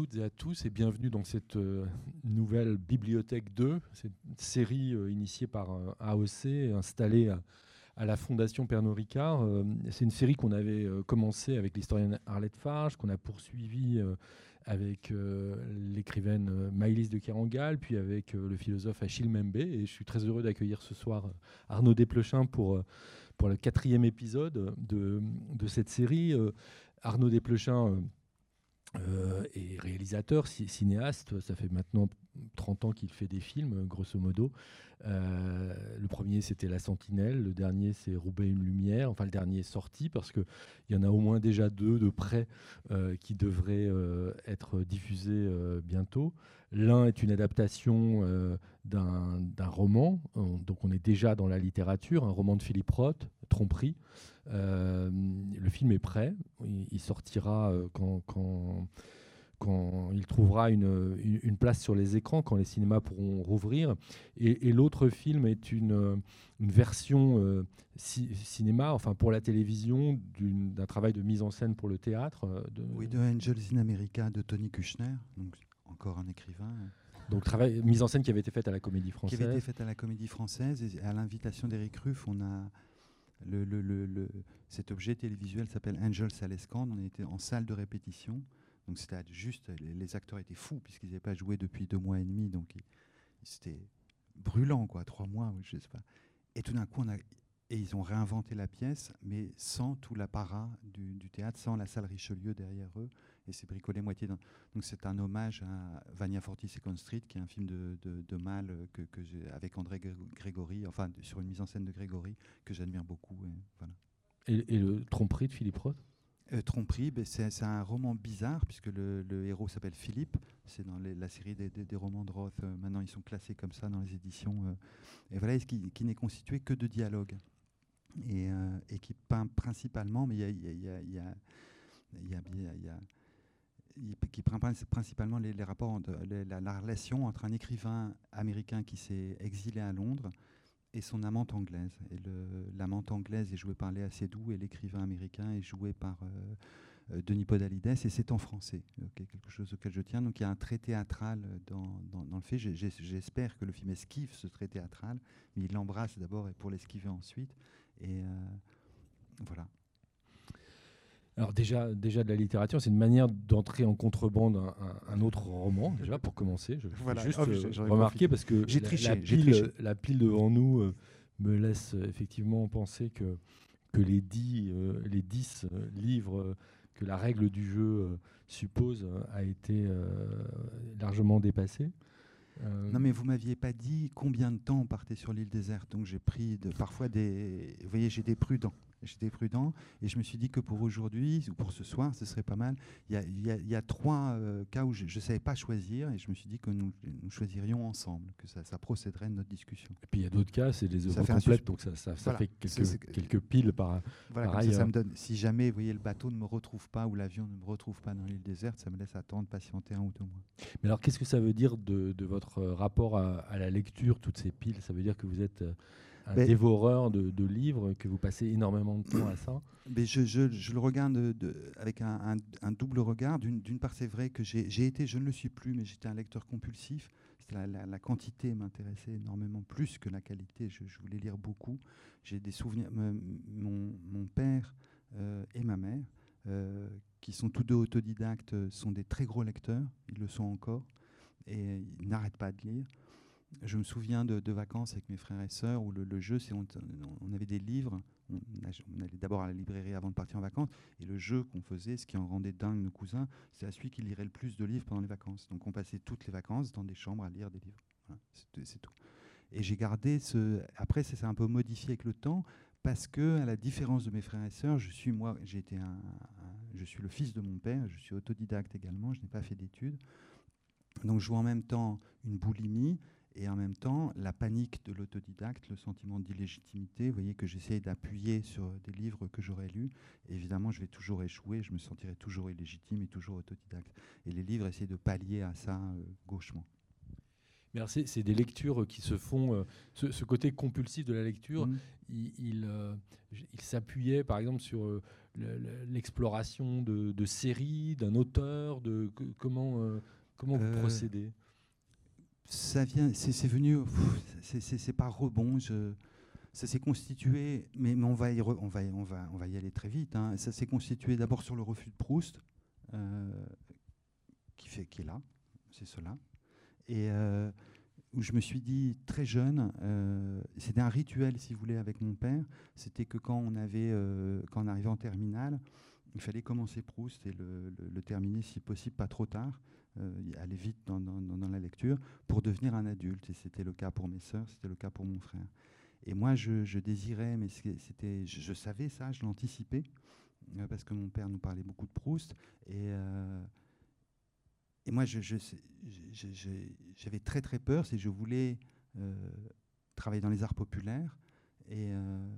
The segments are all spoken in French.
toutes et à tous et bienvenue dans cette nouvelle Bibliothèque 2, cette série initiée par AOC, installée à la Fondation Pernod Ricard. C'est une série qu'on avait commencé avec l'historienne Arlette Farge, qu'on a poursuivi avec l'écrivaine Maëlys de Kerangal, puis avec le philosophe Achille Mbembe. Et je suis très heureux d'accueillir ce soir Arnaud Desplechin pour le 4e épisode de cette série. Arnaud Desplechin est réalisateur, cinéaste. Ça fait maintenant 30 ans qu'il fait des films, grosso modo. Le premier, c'était La Sentinelle. Le dernier, c'est Roubaix une lumière. Enfin, le dernier est sorti parce qu'il y en a au moins déjà 2 de près qui devraient être diffusés bientôt. L'un est une adaptation d'un roman. Donc, on est déjà dans la littérature. Un roman de Philippe Roth, Tromperie. Le film est prêt. Il sortira quand il trouvera une place sur les écrans, quand les cinémas pourront rouvrir. Et l'autre film est une version cinéma, enfin pour la télévision, d'un travail de mise en scène pour le théâtre. Oui, de Angels in America de Tony Kushner, donc encore un écrivain. Donc mise en scène qui avait été faite à la Comédie Française. Qui avait été faite à la Comédie Française, et à l'invitation d'Éric Ruff, on a... cet objet télévisuel s'appelle Angels à l'Escande. On était en salle de répétition. Donc c'était juste, les acteurs étaient fous puisqu'ils n'avaient pas joué depuis 2 mois et demi. Donc c'était brûlant, quoi, 3 mois, je sais pas. Et tout d'un coup, ils ont réinventé la pièce, mais sans tout l'apparat du théâtre, sans la salle Richelieu derrière eux. Et c'est bricolé moitié dans... Donc c'est un hommage à Vania Fortis Second Street, qui est un film de Malle que j'ai avec André Grégory, enfin sur une mise en scène de Grégory que j'admire beaucoup. Et voilà. Et le Tromperie de Philippe Roth. Tromperie, c'est un roman bizarre puisque le héros s'appelle Philippe. C'est dans la série des romans de Roth. Maintenant, ils sont classés comme ça dans les éditions. Et voilà, qui n'est constitué que de dialogues. Et qui peint principalement, mais qui peint principalement les rapports, la relation entre un écrivain américain qui s'est exilé à Londres et son amante anglaise. Et l'amante anglaise est jouée par Léa Seydoux et l'écrivain américain est joué par Denis Podalides, et c'est en français, quelque chose auquel je tiens. Donc il y a un trait théâtral dans le fait. J'espère que le film esquive ce trait théâtral, mais il l'embrasse d'abord et pour l'esquiver ensuite. Et voilà. Alors déjà de la littérature, c'est une manière d'entrer en contrebande un autre roman, déjà pour commencer. Je voilà. Juste remarqué parce que la pile devant nous me laisse effectivement penser que les 10 livres que la règle du jeu suppose a été largement dépassée. Non, mais vous m'aviez pas dit combien de temps on partait sur l'île déserte. Donc j'ai pris parfois des... Vous voyez, j'étais prudent. Et je me suis dit que pour aujourd'hui, ou pour ce soir, ce serait pas mal. Il y a 3 cas où je ne savais pas choisir, et je me suis dit que nous choisirions ensemble, que ça procéderait de notre discussion. Et puis il y a d'autres cas, c'est les œuvres complètes, donc ça voilà. Fait quelques piles par ailleurs. Ça me donne, si jamais, vous voyez, le bateau ne me retrouve pas ou l'avion ne me retrouve pas dans l'île déserte, ça me laisse attendre, patienter 1 ou 2 mois. Mais alors, qu'est-ce que ça veut dire de votre rapport à la lecture, toutes ces piles? Ça veut dire que vous êtes un dévoreur de livres, que vous passez énormément de temps à ça? Mais je le regarde avec un double regard. D'une part, c'est vrai que j'ai été, je ne le suis plus, mais j'étais un lecteur compulsif. La quantité m'intéressait énormément, plus que la qualité. Je voulais lire beaucoup. J'ai des souvenirs. Mon père et ma mère, qui sont tous 2 autodidactes, sont des très gros lecteurs. Ils le sont encore. Et ils n'arrêtent pas de lire. Je me souviens de vacances avec mes frères et sœurs où le jeu, c'est on avait des livres. On allait d'abord à la librairie avant de partir en vacances. Et le jeu qu'on faisait, ce qui en rendait dingue nos cousins, c'est à celui qui lirait le plus de livres pendant les vacances. Donc on passait toutes les vacances dans des chambres à lire des livres. Voilà, c'est tout. Et j'ai gardé ce... Après, ça s'est un peu modifié avec le temps parce que, à la différence de mes frères et sœurs, je suis le fils de mon père. Je suis autodidacte également. Je n'ai pas fait d'études. Donc je vois en même temps une boulimie et en même temps la panique de l'autodidacte, le sentiment d'illégitimité. Vous voyez que j'essaie d'appuyer sur des livres que j'aurais lus. Et évidemment, je vais toujours échouer, je me sentirai toujours illégitime et toujours autodidacte. Et les livres essaient de pallier à ça gauchement. Mais alors, c'est des lectures qui se font. Ce côté compulsif de la lecture, il s'appuyait par exemple sur l'exploration de séries, d'un auteur. Comment vous procédez? Ça vient, c'est venu, c'est par rebond. Ça s'est constitué, mais on va y aller très vite. Hein. Ça s'est constitué d'abord sur le refus de Proust, qui est là, c'est cela. Et où je me suis dit très jeune, c'était un rituel, si vous voulez, avec mon père. C'était que quand on arrivait en terminale, il fallait commencer Proust et le terminer, si possible, pas trop tard. Aller vite dans la lecture pour devenir un adulte. Et c'était le cas pour mes sœurs, c'était le cas pour mon frère. Et moi, je désirais, mais je savais ça, je l'anticipais, parce que mon père nous parlait beaucoup de Proust. Et moi, j'avais très très peur, je voulais travailler dans les arts populaires. Et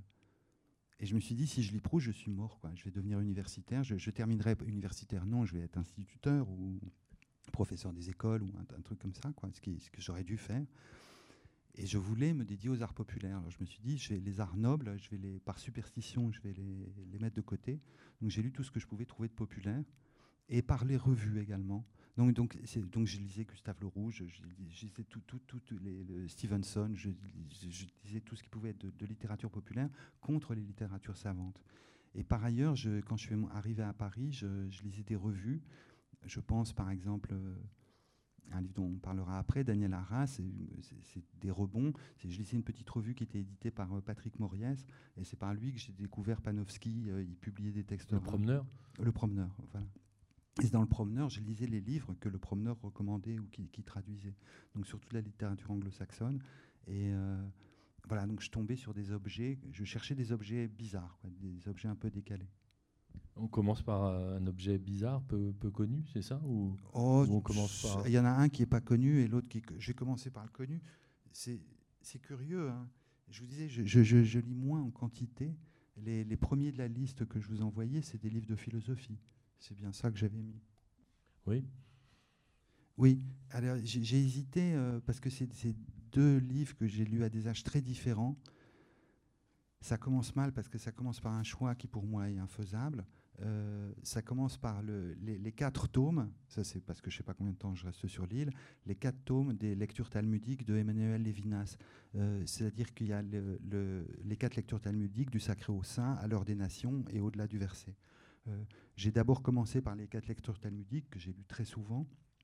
je me suis dit, si je lis Proust, je suis mort, quoi. Je vais devenir universitaire. Je terminerai universitaire, non, je vais être instituteur ou professeur des écoles ou un truc comme ça, quoi, ce que j'aurais dû faire. Et je voulais me dédier aux arts populaires. Alors je me suis dit, les arts nobles, par superstition, je vais les mettre de côté. Donc j'ai lu tout ce que je pouvais trouver de populaire, et par les revues également. Donc je lisais Gustave Le Rouge, je lisais le Stevenson, je lisais tout ce qui pouvait être de littérature populaire contre les littératures savantes. Et par ailleurs, quand je suis arrivé à Paris, je lisais des revues. Je pense par exemple un livre dont on parlera après, Daniel Arras, c'est des rebonds. Je lisais une petite revue qui était éditée par Patrick Moriès, et c'est par lui que j'ai découvert Panofsky. Il publiait des textes. Le Promeneur. Le Promeneur, voilà. Et dans Le Promeneur, je lisais les livres que Le Promeneur recommandait ou qui traduisait, donc sur toute la littérature anglo-saxonne. Et voilà, donc je tombais sur des objets, je cherchais des objets bizarres, quoi, des objets un peu décalés. On commence par un objet bizarre, peu connu, c'est ça, ou on commence par... Il y en a un qui n'est pas connu et l'autre qui... Je vais commencer par le connu. C'est curieux. Hein. Je vous disais, je lis moins en quantité. Les premiers de la liste que je vous envoyais, c'est des livres de philosophie. C'est bien ça que j'avais mis. Oui. Oui. Alors, j'ai hésité parce que c'est deux livres que j'ai lus à des âges très différents. Ça commence mal parce que ça commence par un choix qui pour moi est infaisable. Ça commence par les 4 tomes, ça c'est parce que je ne sais pas combien de temps je reste sur l'île, les 4 tomes des lectures talmudiques de Emmanuel Lévinas. C'est-à-dire qu'il y a les 4 lectures talmudiques du sacré au saint, à l'ordination et au-delà du verset. J'ai d'abord commencé par les 4 lectures talmudiques que j'ai lues très souvent.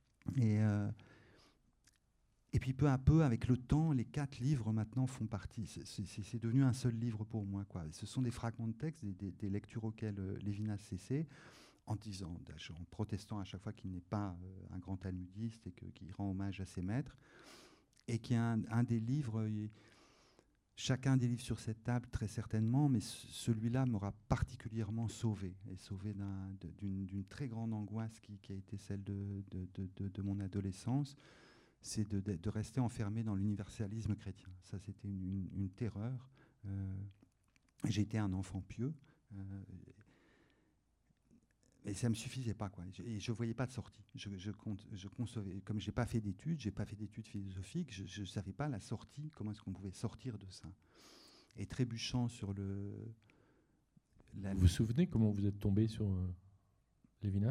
Et puis peu à peu, avec le temps, les 4 livres maintenant font partie. C'est devenu un seul livre pour moi, quoi. Ce sont des fragments de texte, des lectures auxquelles Lévinas cessait, en protestant à chaque fois qu'il n'est pas un grand talmudiste et qu'il rend hommage à ses maîtres. Et qui est un des livres, chacun des livres sur cette table très certainement, mais celui-là m'aura particulièrement sauvé, et sauvé d'une très grande angoisse qui a été celle de mon adolescence. C'est de rester enfermé dans l'universalisme chrétien. Ça, c'était une terreur. J'ai été un enfant pieux, et ça ne me suffisait pas, quoi. Et je ne voyais pas de sortie. Je concevais, comme je n'ai pas fait d'études, philosophiques, je ne savais pas la sortie, comment est-ce qu'on pouvait sortir de ça. Et trébuchant sur Vous vous souvenez comment vous êtes tombé sur Lévinas ?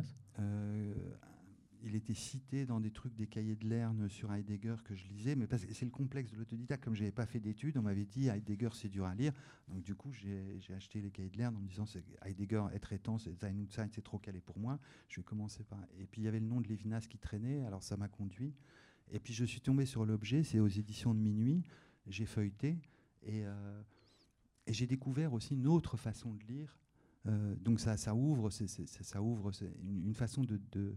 Il était cité dans des trucs des cahiers de Lerne sur Heidegger que je lisais, mais parce que c'est le complexe de l'autodidacte. Comme je n'avais pas fait d'études, on m'avait dit Heidegger c'est dur à lire. Donc du coup, j'ai acheté les cahiers de Lerne en me disant Heidegger est traitant, c'est Sein und Sein, c'est trop calé pour moi. Je vais commencer par. Et puis il y avait le nom de Lévinas qui traînait, alors ça m'a conduit. Et puis je suis tombé sur l'objet, c'est aux éditions de Minuit. J'ai feuilleté et j'ai découvert aussi une autre façon de lire. Donc ça ouvre, ça ouvre une façon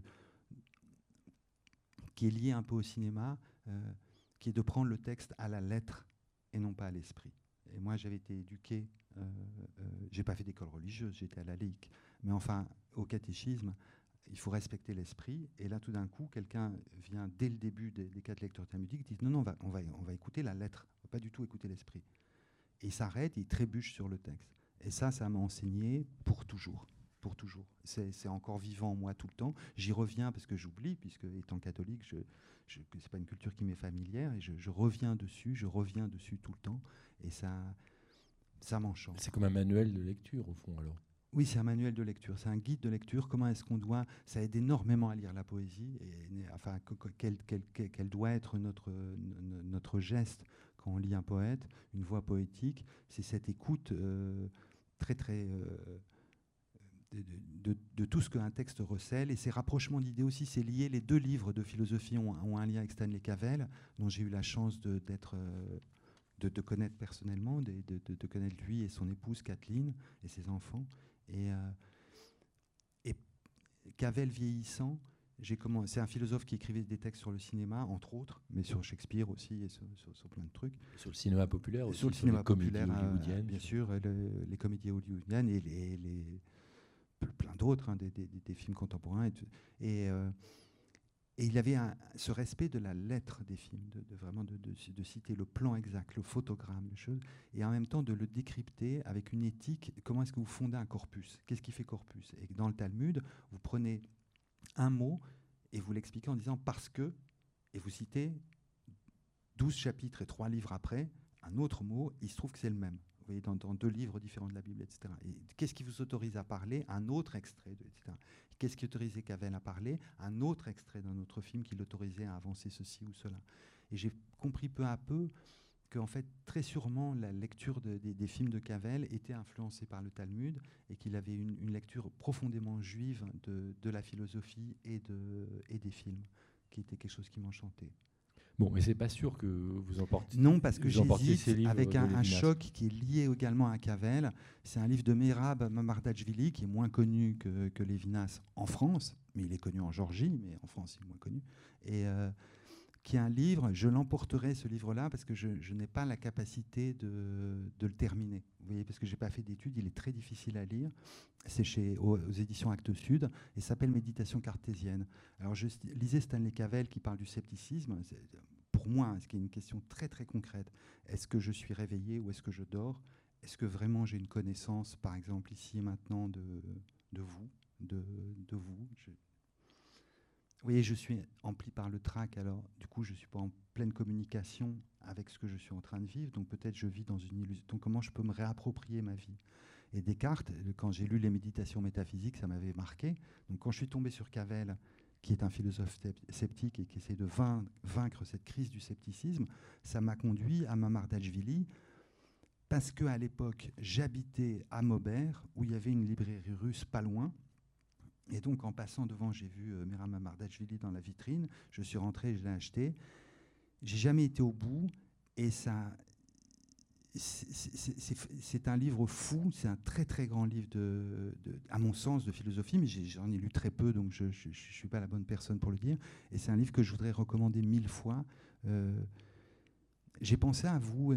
qui est lié un peu au cinéma, qui est de prendre le texte à la lettre et non pas à l'esprit. Et moi, j'avais été éduqué, j'ai pas fait d'école religieuse, j'étais à la laïque, mais enfin, au catéchisme, il faut respecter l'esprit. Et là, tout d'un coup, quelqu'un vient, dès le début des 4 lectures talmudiques, dit non, on va écouter la lettre, on va pas du tout écouter l'esprit. Et il s'arrête, il trébuche sur le texte. Et ça m'a enseigné pour toujours. pour toujours. C'est encore vivant en moi tout le temps. J'y reviens parce que j'oublie, puisque étant catholique, c'est pas une culture qui m'est familière, et je reviens dessus tout le temps, et ça m'enchante. C'est comme un manuel de lecture, au fond, alors. Oui, c'est un manuel de lecture, c'est un guide de lecture. Comment est-ce qu'on doit... Ça aide énormément à lire la poésie, et enfin, quel doit être notre geste quand on lit un poète, une voix poétique. C'est cette écoute très, très... de tout ce qu'un texte recèle, et ces rapprochements d'idées aussi, c'est lié. Les 2 livres de philosophie ont un lien avec Stanley Cavell, dont j'ai eu la chance de connaître personnellement, de connaître lui et son épouse Kathleen et ses enfants. Et Cavell vieillissant, c'est un philosophe qui écrivait des textes sur le cinéma, entre autres, mais sur Shakespeare aussi, et sur plein de trucs. Sur le cinéma populaire aussi, sur le cinéma populaire, hollywoodiennes. Bien sûr, les comédies hollywoodiennes et plein d'autres, des films contemporains. Et il avait ce respect de la lettre des films, vraiment de citer le plan exact, le photogramme, et en même temps de le décrypter avec une éthique. Comment est-ce que vous fondez un corpus? Qu'est-ce qui fait corpus? Et dans le Talmud, vous prenez un mot et vous l'expliquez en disant parce que, et vous citez 12 chapitres et 3 livres après, un autre mot, il se trouve que c'est le même. Vous voyez, dans 2 livres différents de la Bible, etc. Et qu'est-ce qui vous autorise à parler? Un autre extrait, etc. Qu'est-ce qui autorisait Cavell à parler? Un autre extrait d'un autre film qui l'autorisait à avancer ceci ou cela. Et j'ai compris peu à peu qu'en fait, très sûrement, la lecture des films de Cavell était influencée par le Talmud, et qu'il avait une lecture profondément juive de la philosophie et des films, qui était quelque chose qui m'enchantait. Bon, mais c'est pas sûr que vous emportiez. Non, parce que j'hésite avec un choc qui est lié également à Cavell. C'est un livre de Merab Mamardashvili, qui est moins connu que Lévinas en France, mais il est connu en Géorgie, mais en France il est moins connu. Et qui est un livre, je l'emporterai ce livre-là, parce que je n'ai pas la capacité de le terminer. Vous voyez, parce que je n'ai pas fait d'études, il est très difficile à lire. C'est aux éditions Actes Sud, et s'appelle Méditation cartésienne. Alors je lisais Stanley Cavell qui parle du scepticisme. Pour moi, ce qui est une question très très concrète, est-ce que je suis réveillé ou est-ce que je dors? Est-ce que vraiment j'ai une connaissance, par exemple ici et maintenant, de vous, de vous? Vous voyez, je suis empli par le trac, alors du coup je ne suis pas en pleine communication avec ce que je suis en train de vivre, donc peut-être je vis dans une illusion. Donc comment je peux me réapproprier ma vie? Et Descartes, quand j'ai lu les méditations métaphysiques, ça m'avait marqué. Donc quand je suis tombé sur Cavell, qui est un philosophe sceptique et qui essaie de vaincre cette crise du scepticisme, ça m'a conduit à Mamardashvili, parce qu'à l'époque, j'habitais à Maubert, où il y avait une librairie russe pas loin. Et donc, en passant devant, j'ai vu Merab Mamardashvili dans la vitrine. Je suis rentré, je l'ai acheté. J'ai jamais été au bout. Et ça, c'est un livre fou. C'est un très, très grand livre, à mon sens, de philosophie. Mais j'en ai lu très peu, donc je ne suis pas la bonne personne pour le dire. Et c'est un livre que je voudrais recommander 1000 fois. J'ai pensé à vous,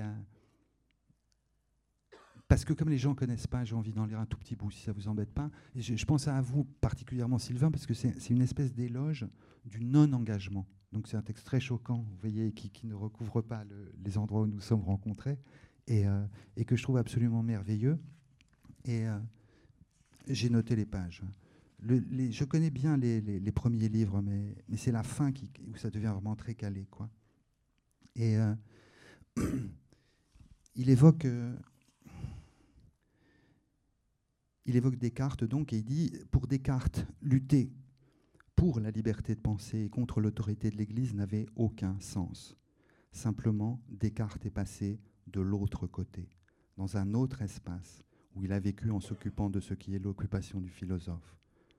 parce que comme les gens ne connaissent pas, j'ai envie d'en lire un tout petit bout, si ça ne vous embête pas. Et je pense à vous, particulièrement Sylvain, parce que c'est une espèce d'éloge du non-engagement. Donc c'est un texte très choquant, vous voyez, qui ne recouvre pas les endroits où nous sommes rencontrés, et que je trouve absolument merveilleux. Et j'ai noté les pages. Je connais bien les premiers livres, mais c'est la fin où ça devient vraiment très calé, quoi. Et il évoque Descartes, donc, et il dit, pour Descartes, lutter pour la liberté de penser et contre l'autorité de l'Église n'avait aucun sens. Simplement, Descartes est passé de l'autre côté, dans un autre espace, où il a vécu en s'occupant de ce qui est l'occupation du philosophe.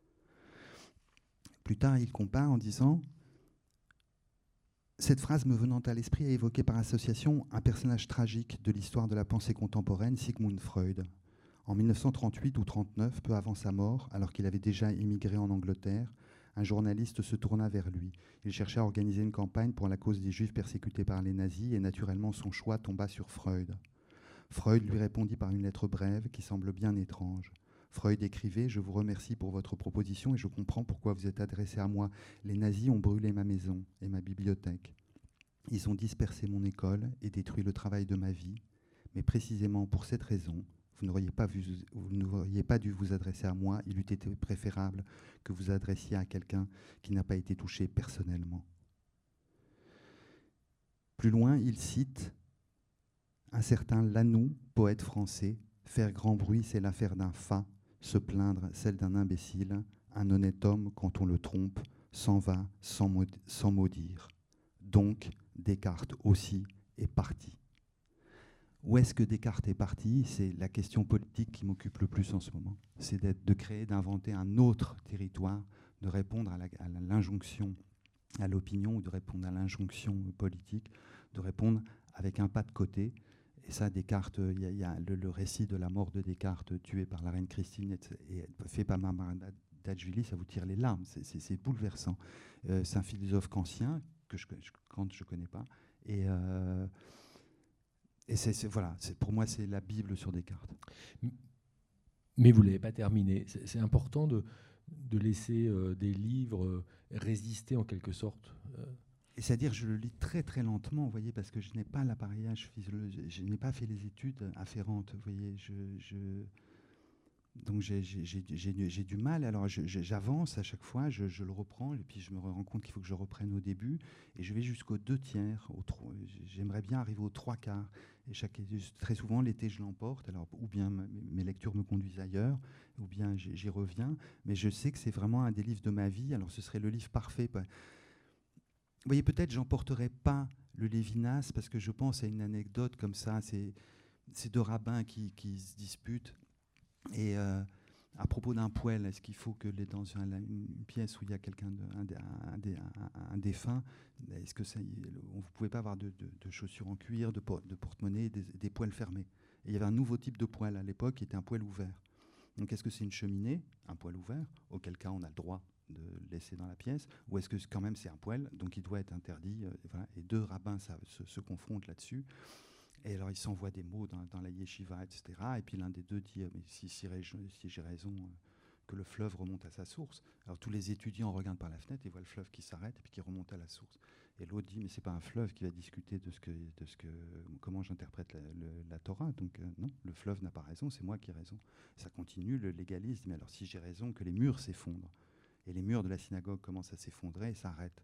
Plus tard, il compare en disant, cette phrase me venant à l'esprit a évoqué par association un personnage tragique de l'histoire de la pensée contemporaine, Sigmund Freud. En 1938 ou 1939, peu avant sa mort, alors qu'il avait déjà émigré en Angleterre, un journaliste se tourna vers lui. Il cherchait à organiser une campagne pour la cause des Juifs persécutés par les nazis, et naturellement son choix tomba sur Freud. Freud lui répondit par une lettre brève qui semble bien étrange. Freud écrivait « Je vous remercie pour votre proposition et je comprends pourquoi vous êtes adressé à moi. Les nazis ont brûlé ma maison et ma bibliothèque. Ils ont dispersé mon école et détruit le travail de ma vie. Mais précisément pour cette raison, Vous n'auriez pas dû vous adresser à moi. Il eût été préférable que vous adressiez à quelqu'un qui n'a pas été touché personnellement. Plus loin, il cite un certain Lanoux, poète français. Faire grand bruit, c'est l'affaire d'un fat. Se plaindre, celle d'un imbécile. Un honnête homme, quand on le trompe, s'en va sans mot dire. Donc, Descartes aussi est parti. Où est-ce que Descartes est parti? C'est la question politique qui m'occupe le plus en ce moment. C'est de créer, d'inventer un autre territoire, de répondre à l'injonction à l'opinion ou de répondre à l'injonction politique, de répondre avec un pas de côté. Et ça, Descartes, il y a le récit de la mort de Descartes, tué par la reine Christine, et fait par Maharadjvili, ça vous tire les larmes, c'est bouleversant. C'est un philosophe kantien, que je ne connais pas, et voilà, pour moi, c'est la Bible sur Descartes. Mais vous ne l'avez pas terminé. C'est important de laisser des livres résister en quelque sorte. Et c'est-à-dire, je le lis très très lentement, vous voyez, parce que je n'ai pas l'appareillage physiologique, je n'ai pas fait les études afférentes, vous voyez. Donc j'ai du mal. Alors j'avance à chaque fois, je le reprends, et puis je me rends compte qu'il faut que je reprenne au début, et je vais jusqu'aux 2/3. J'aimerais bien arriver aux 3/4. Et très souvent, l'été, je l'emporte. Alors, ou bien mes lectures me conduisent ailleurs, ou bien j'y reviens. Mais je sais que c'est vraiment un des livres de ma vie. Alors, ce serait le livre parfait. Vous voyez, peut-être j'emporterai pas le Lévinas, parce que je pense à une anecdote comme ça. C'est deux rabbins qui se disputent. Et à propos d'un poêle, est-ce qu'il faut que dans une pièce où il y a quelqu'un, un défunt, est-ce que vous ne pouvez pas avoir de chaussures en cuir, de porte-monnaie, des poêles fermés? Et il y avait un nouveau type de poêle à l'époque qui était un poêle ouvert. Donc est-ce que c'est une cheminée, un poêle ouvert, auquel cas on a le droit de le laisser dans la pièce, ou est-ce que quand même c'est un poêle, donc il doit être interdit, voilà. Et deux rabbins se confrontent là-dessus. Et alors, ils s'envoient des mots dans la yeshiva, etc. Et puis l'un des deux dit mais si j'ai raison, que le fleuve remonte à sa source. Alors, tous les étudiants regardent par la fenêtre et voient le fleuve qui s'arrête et puis qui remonte à la source. Et l'autre dit mais c'est pas un fleuve qui va discuter de comment j'interprète la Torah. Donc, non, le fleuve n'a pas raison, c'est moi qui ai raison. Ça continue, le légaliste dit mais alors, si j'ai raison, que les murs s'effondrent. Et les murs de la synagogue commencent à s'effondrer et s'arrêtent.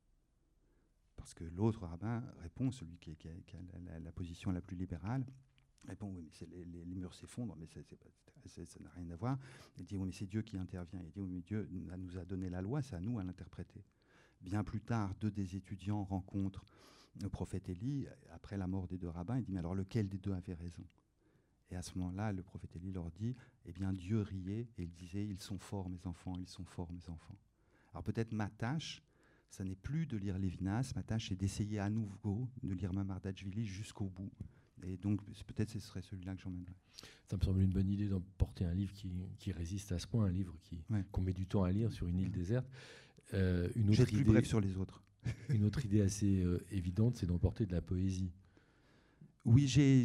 Parce que l'autre rabbin répond, celui qui a la position la plus libérale, répond oui, mais les murs s'effondrent, mais ça n'a rien à voir. Il dit oui, mais c'est Dieu qui intervient. Il dit oui, mais Dieu nous a donné la loi, c'est à nous à l'interpréter. Bien plus tard, deux des étudiants rencontrent le prophète Élie, après la mort des deux rabbins. Il dit mais alors lequel des deux avait raison? Et à ce moment-là, le prophète Élie leur dit eh bien Dieu riait et il disait ils sont forts mes enfants, ils sont forts mes enfants. Alors peut-être ma tâche, ça n'est plus de lire Lévinas, ma tâche est d'essayer à nouveau de lire Maharadjvili jusqu'au bout. Et donc peut-être ce serait celui-là que j'emmènerais. Ça me semble une bonne idée d'emporter un livre qui résiste à ce point, un livre qu'on met du temps à lire sur une île déserte. Une autre idée, plus bref sur les autres. Une autre idée assez évidente, c'est d'emporter de la poésie. Oui, j'ai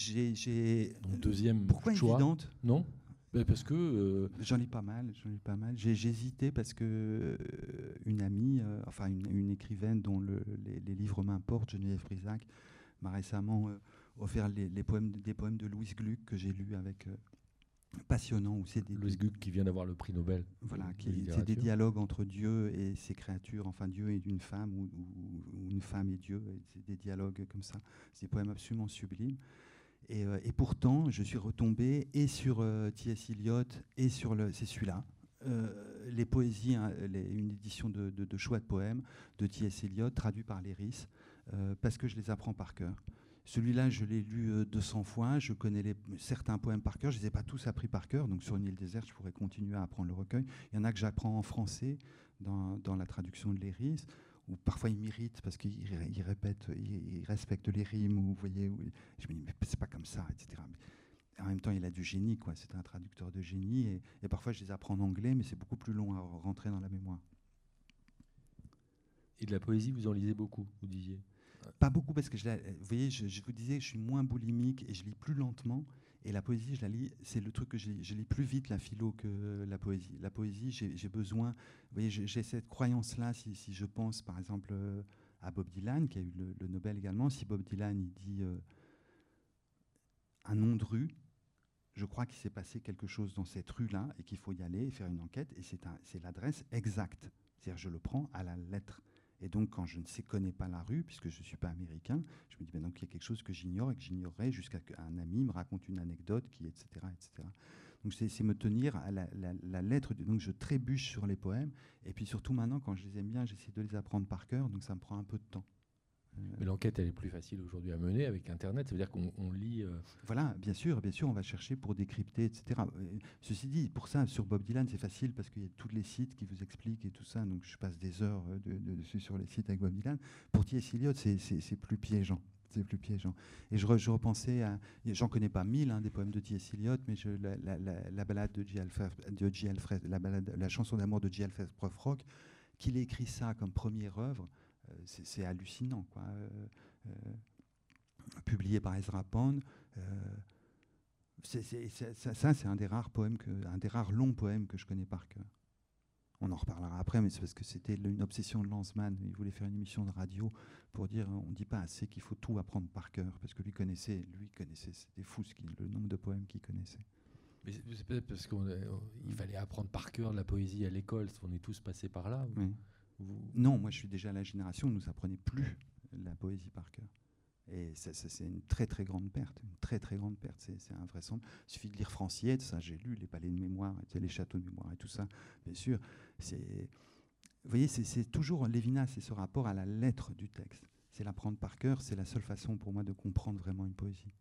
Donc, deuxième pourquoi choix. Évidente? Non. Parce que j'en lis pas mal. J'ai hésité parce que une amie, une écrivaine dont les livres m'importent, Geneviève Brisac, m'a récemment offert des poèmes de Louise Gluck que j'ai lus avec passionnant. Louise Gluck qui vient d'avoir le prix Nobel. Voilà, c'est des dialogues entre Dieu et ses créatures, enfin Dieu et une femme ou une femme et Dieu. Et c'est des dialogues comme ça. C'est des poèmes absolument sublimes. Et pourtant, je suis retombé et sur T.S. Eliot et sur c'est celui-là. Les poésies, une édition de choix de poèmes de T.S. Eliot, traduit par Léris, parce que je les apprends par cœur. Celui-là, je l'ai lu 200 fois, je connais certains poèmes par cœur, je ne les ai pas tous appris par cœur, donc sur une île déserte, je pourrais continuer à apprendre le recueil. Il y en a que j'apprends en français, dans la traduction de Léris, où parfois il m'irrite parce qu'il répète, il respecte les rimes, ou, vous voyez, je me dis mais c'est pas comme ça, etc. Mais en même temps, il a du génie, quoi. C'est un traducteur de génie, et parfois je les apprends en anglais, mais c'est beaucoup plus long à rentrer dans la mémoire. Et de la poésie, vous en lisez beaucoup, vous disiez? Pas beaucoup, parce que vous voyez, je vous disais, je suis moins boulimique et je lis plus lentement. Et la poésie, je la lis, c'est le truc que je lis plus vite la philo que la poésie. La poésie, j'ai besoin, vous voyez, j'ai cette croyance-là, si je pense par exemple à Bob Dylan, qui a eu le Nobel également, si Bob Dylan il dit un nom de rue, je crois qu'il s'est passé quelque chose dans cette rue-là et qu'il faut y aller et faire une enquête. Et c'est l'adresse exacte. C'est-à-dire, je le prends à la lettre. Et donc, quand je ne connais pas la rue, puisque je ne suis pas américain, je me dis, ben donc, il y a quelque chose que j'ignore et que j'ignorerais jusqu'à qu'un ami me raconte une anecdote, etc., etc. Donc, c'est me tenir à la lettre. Donc, je trébuche sur les poèmes. Et puis, surtout, maintenant, quand je les aime bien, j'essaie de les apprendre par cœur. Donc, ça me prend un peu de temps. Mais l'enquête, elle est plus facile aujourd'hui à mener avec Internet. Ça veut dire qu'on lit. Voilà, bien sûr, on va chercher pour décrypter, etc. Ceci dit, pour ça, sur Bob Dylan, c'est facile parce qu'il y a tous les sites qui vous expliquent et tout ça. Donc, je passe des heures dessus sur les sites avec Bob Dylan. Pour T.S. Eliot, c'est plus piégeant. C'est plus piégeant. Et je repensais à. J'en connais pas 1000 des poèmes de T.S. Eliot, mais la balade de J. Alfred, la chanson d'amour de J. Alfred Prufrock, qu'il ait écrit ça comme première œuvre, c'est hallucinant, quoi. Publié par Ezra Pound. Ça, c'est un des rares poèmes, un des rares longs poèmes que je connais par cœur. On en reparlera après, mais c'est parce que c'était une obsession de Lanzmann. Il voulait faire une émission de radio pour dire on ne dit pas assez qu'il faut tout apprendre par cœur, parce que lui connaissait, c'était fou le nombre de poèmes qu'il connaissait. Mais c'est peut-être parce qu'il fallait apprendre par cœur de la poésie à l'école. On est tous passés par là. Oui. Non, moi je suis déjà à la génération où nous apprenait plus la poésie par cœur. Et c'est une très très grande perte, une très très grande perte. C'est invraisemblable. Il suffit de lire Franciette, ça j'ai lu les palais de mémoire, les châteaux de mémoire et tout ça. Bien sûr, vous voyez, c'est toujours Lévinas, c'est ce rapport à la lettre du texte. C'est l'apprendre par cœur, c'est la seule façon pour moi de comprendre vraiment une poésie.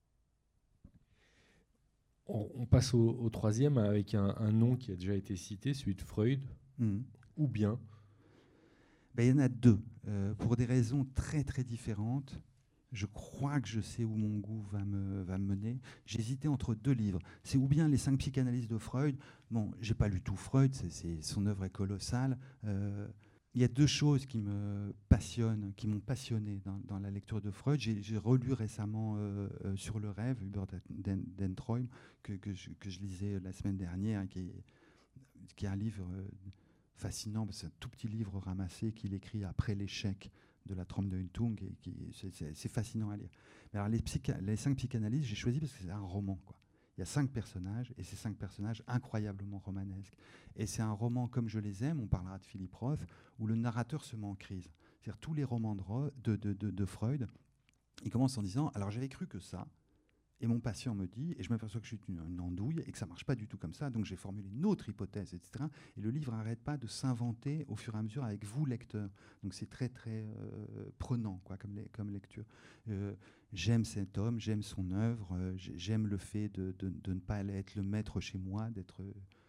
On passe au troisième avec un nom qui a déjà été cité, celui de Freud, ou bien. Ben, il y en a deux, pour des raisons très très différentes. Je crois que je sais où mon goût va me mener. J'hésitais entre deux livres. C'est ou bien les 5 psychanalyses de Freud. Bon, j'ai pas lu tout Freud, son œuvre est colossale. Il y a deux choses qui me passionnent, qui m'ont passionné dans la lecture de Freud. J'ai relu récemment Sur le rêve, Hubert Dentroy, que je lisais la semaine dernière, qui est un livre fascinant. C'est un tout petit livre ramassé qu'il écrit après l'échec de la Traumdeutung, et c'est fascinant à lire. Mais alors les 5 psychanalyses, j'ai choisi parce que c'est un roman, quoi. Il y a 5 personnages, et ces 5 personnages incroyablement romanesques. Et c'est un roman comme je les aime, on parlera de Philippe Roth, où le narrateur se met en crise. C'est-à-dire tous les romans de Freud, ils commencent en disant « Alors j'avais cru que ça ». Et mon patient me dit, et je m'aperçois que je suis une andouille et que ça ne marche pas du tout comme ça, donc j'ai formulé une autre hypothèse, etc. Et le livre n'arrête pas de s'inventer au fur et à mesure avec vous, lecteur. Donc c'est très, très prenant, quoi, comme lecture. J'aime cet homme, j'aime son œuvre, j'aime le fait de ne pas être le maître chez moi, d'être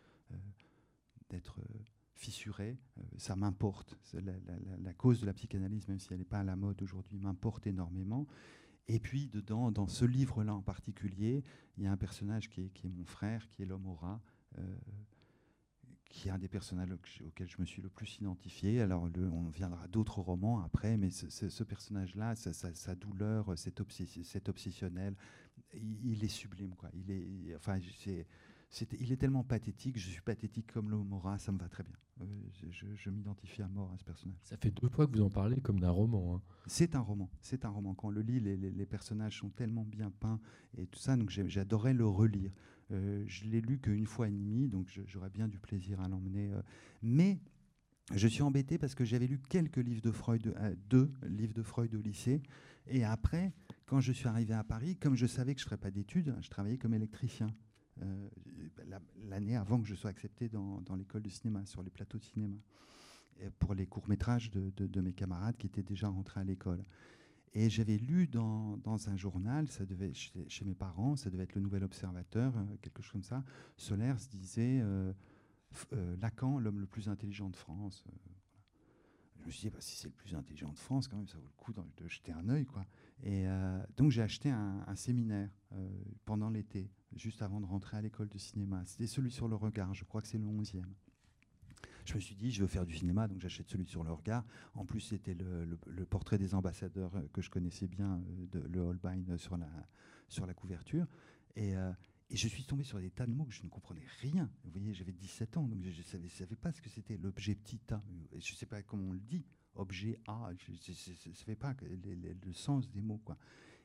fissuré. Ça m'importe. La cause de la psychanalyse, même si elle n'est pas à la mode aujourd'hui, m'importe énormément. Et puis, dedans, dans ce livre-là en particulier, il y a un personnage qui est mon frère, qui est l'homme au rat, qui est un des personnages auxquels je me suis le plus identifié. Alors, on viendra d'autres romans après, mais ce personnage-là, sa douleur, cet obsessionnel, il est sublime, quoi. Il est tellement pathétique, je suis pathétique comme l'homme au rat, ça me va très bien. Je m'identifie à mort à ce personnage. Ça fait 2 fois que vous en parlez comme d'un roman. Hein. C'est un roman. Quand on le lit, les personnages sont tellement bien peints et tout ça, donc j'adorais le relire. Je l'ai lu qu'une fois et demie, donc j'aurais bien du plaisir à l'emmener. Mais je suis embêté parce que j'avais lu quelques livres de Freud, 2 livres de Freud au lycée, et après, quand je suis arrivé à Paris, comme je savais que je ne ferais pas d'études, je travaillais comme électricien. L'année avant que je sois accepté dans l'école de cinéma, sur les plateaux de cinéma, pour les courts-métrages de mes camarades qui étaient déjà rentrés à l'école. Et j'avais lu dans un journal, ça devait chez mes parents, ça devait être le Nouvel Observateur, quelque chose comme ça, Solers disait Lacan, l'homme le plus intelligent de France. Je me suis dit, si c'est le plus intelligent de France, quand même, ça vaut le coup de jeter un œil, quoi. Et donc j'ai acheté un séminaire pendant l'été, juste avant de rentrer à l'école de cinéma. C'était celui sur le regard, je crois que c'est le 11e. Je me suis dit, je veux faire du cinéma, donc j'achète celui sur le regard. En plus, c'était le portrait des ambassadeurs que je connaissais bien, le Holbein sur la couverture. Et je suis tombé sur des tas de mots que je ne comprenais rien. Vous voyez, j'avais 17 ans, donc je ne savais pas ce que c'était l'objet petit a. Je ne sais pas comment on le dit, objet a. Je ne savais pas le sens des mots, quoi.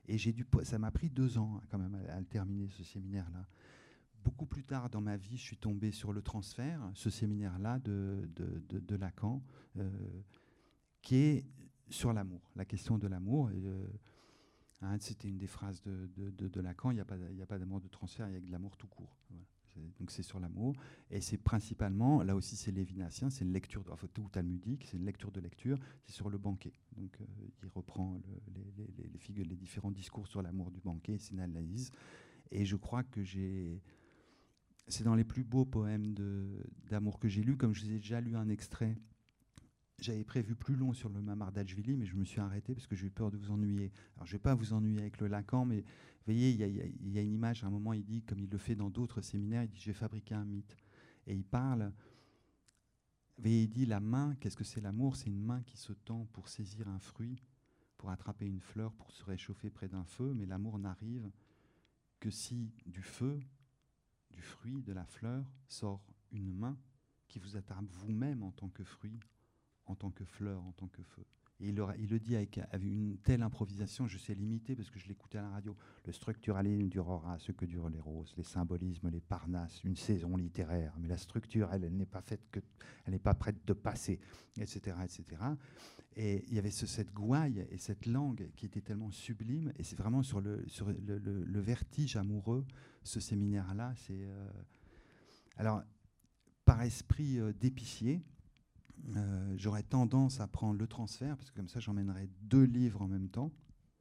Et ça m'a pris 2 ans quand même à le terminer, ce séminaire-là. Beaucoup plus tard dans ma vie, je suis tombé sur le transfert, ce séminaire-là de Lacan, qui est sur l'amour, la question de l'amour. C'était une des phrases de Lacan, il n'y a pas d'amour de transfert, il y a que de l'amour tout court. Voilà. Donc c'est sur l'amour, et c'est principalement, là aussi c'est lévinassien, c'est une lecture, ou talmudique, c'est une lecture de lecture, c'est sur le banquet. Donc il reprend les différents discours sur l'amour du banquet, c'est une analyse. Et je crois que c'est dans les plus beaux poèmes d'amour que j'ai lus, comme je vous ai déjà lu un extrait. J'avais prévu plus long sur le Mamardashvili, mais je me suis arrêté parce que j'ai eu peur de vous ennuyer. Alors, je ne vais pas vous ennuyer avec le Lacan, mais vous voyez, il y a une image, à un moment, il dit, comme il le fait dans d'autres séminaires, il dit « j'ai fabriqué un mythe ». Et il parle, vous voyez, il dit « la main, qu'est-ce que c'est l'amour ? C'est une main qui se tend pour saisir un fruit, pour attraper une fleur, pour se réchauffer près d'un feu, mais l'amour n'arrive que si du feu, du fruit, de la fleur, sort une main qui vous attrape vous-même en tant que fruit, en tant que fleur, en tant que feu. » Et il le dit avec une telle improvisation, je sais l'imiter parce que je l'écoutais à la radio. Le structuralisme durera ce que durent les roses, les symbolismes, les parnasses, une saison littéraire. Mais la structure, elle n'est pas faite elle n'est pas prête de passer, etc., etc. Et il y avait cette gouaille et cette langue qui était tellement sublime. Et c'est vraiment sur le vertige amoureux, ce séminaire-là. Alors, par esprit d'épicier, j'aurais tendance à prendre le transfert, parce que comme ça j'emmènerais 2 livres en même temps,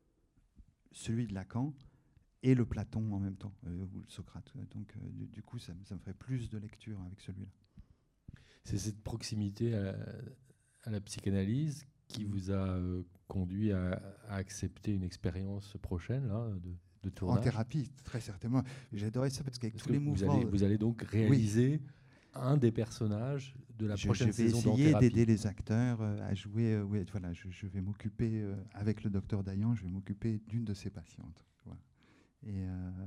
celui de Lacan et le Platon en même temps, ou le Socrate. Donc du coup ça me ferait plus de lecture avec celui-là. C'est cette proximité à la psychanalyse qui vous a conduit à accepter une expérience prochaine là, de tournage. En thérapie, très certainement. J'adorais ça parce qu'avec tous les mouvements... Vous allez donc réaliser un des personnages de la prochaine saison d'En Thérapie. Je vais essayer d'aider les acteurs à jouer. Voilà, je vais m'occuper, avec le docteur Dayan, je vais m'occuper d'une de ses patientes. Voilà. Et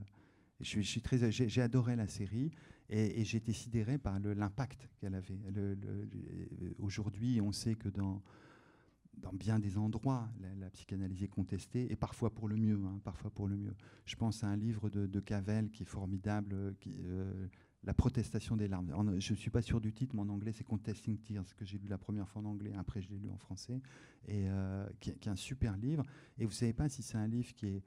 j'ai adoré la série et j'ai été sidéré par l'impact qu'elle avait. Aujourd'hui, on sait que dans bien des endroits, la psychanalyse est contestée, et parfois pour le mieux. Parfois pour le mieux. Je pense à un livre de Cavell qui est formidable, La protestation des larmes. Je ne suis pas sûr du titre, mais en anglais, c'est Contesting Tears, que j'ai lu la première fois en anglais, après je l'ai lu en français, et qui est un super livre. Et vous ne savez pas si c'est un livre qui est...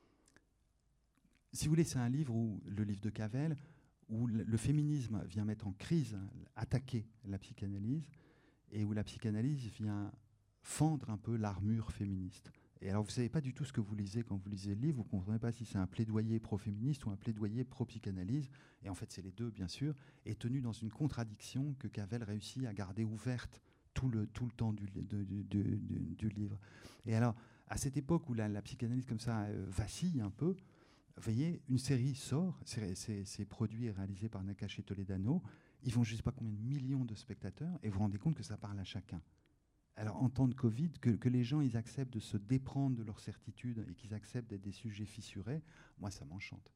Si vous voulez, c'est un livre, le livre de Cavell, où le féminisme vient mettre en crise, attaquer la psychanalyse, et où la psychanalyse vient fendre un peu l'armure féministe. Et alors, vous ne savez pas du tout ce que vous lisez quand vous lisez le livre, vous ne comprenez pas si c'est un plaidoyer pro-féministe ou un plaidoyer pro-psychanalyse, et en fait c'est les deux bien sûr, et tenu dans une contradiction que Cavell réussit à garder ouverte tout le temps du livre. Et alors, à cette époque où la psychanalyse comme ça vacille un peu, vous voyez, une série sort, c'est produit et réalisé par Nakache Toledano, ils vont je ne sais pas combien de millions de spectateurs, et vous vous rendez compte que ça parle à chacun. Alors, en temps de Covid, que les gens ils acceptent de se déprendre de leurs certitudes et qu'ils acceptent d'être des sujets fissurés, moi, ça m'enchante.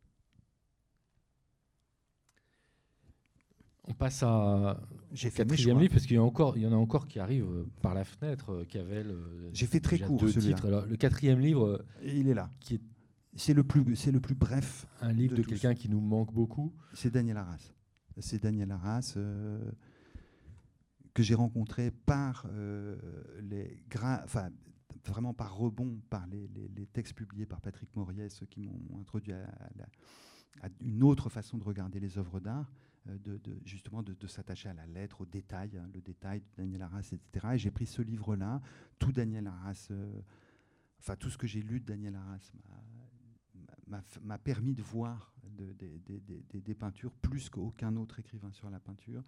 On passe au 4e livre, parce qu'il y en a encore qui arrivent par la fenêtre. Cavell. J'ai fait très court, 2 titres. Alors, le 4e livre, il est là. C'est le plus bref. Un livre de quelqu'un qui nous manque beaucoup. C'est Daniel Arras. C'est Daniel Arras. Que j'ai rencontré par vraiment par rebond, par les textes publiés par Patrick Mauriès, qui m'ont introduit à une autre façon de regarder les œuvres d'art, justement de s'attacher à la lettre, au détail, le détail de Daniel Arras, etc. Et j'ai pris ce livre-là, tout Daniel Arras, tout ce que j'ai lu de Daniel Arras m'a permis de voir des peintures plus qu'aucun autre écrivain sur la peinture.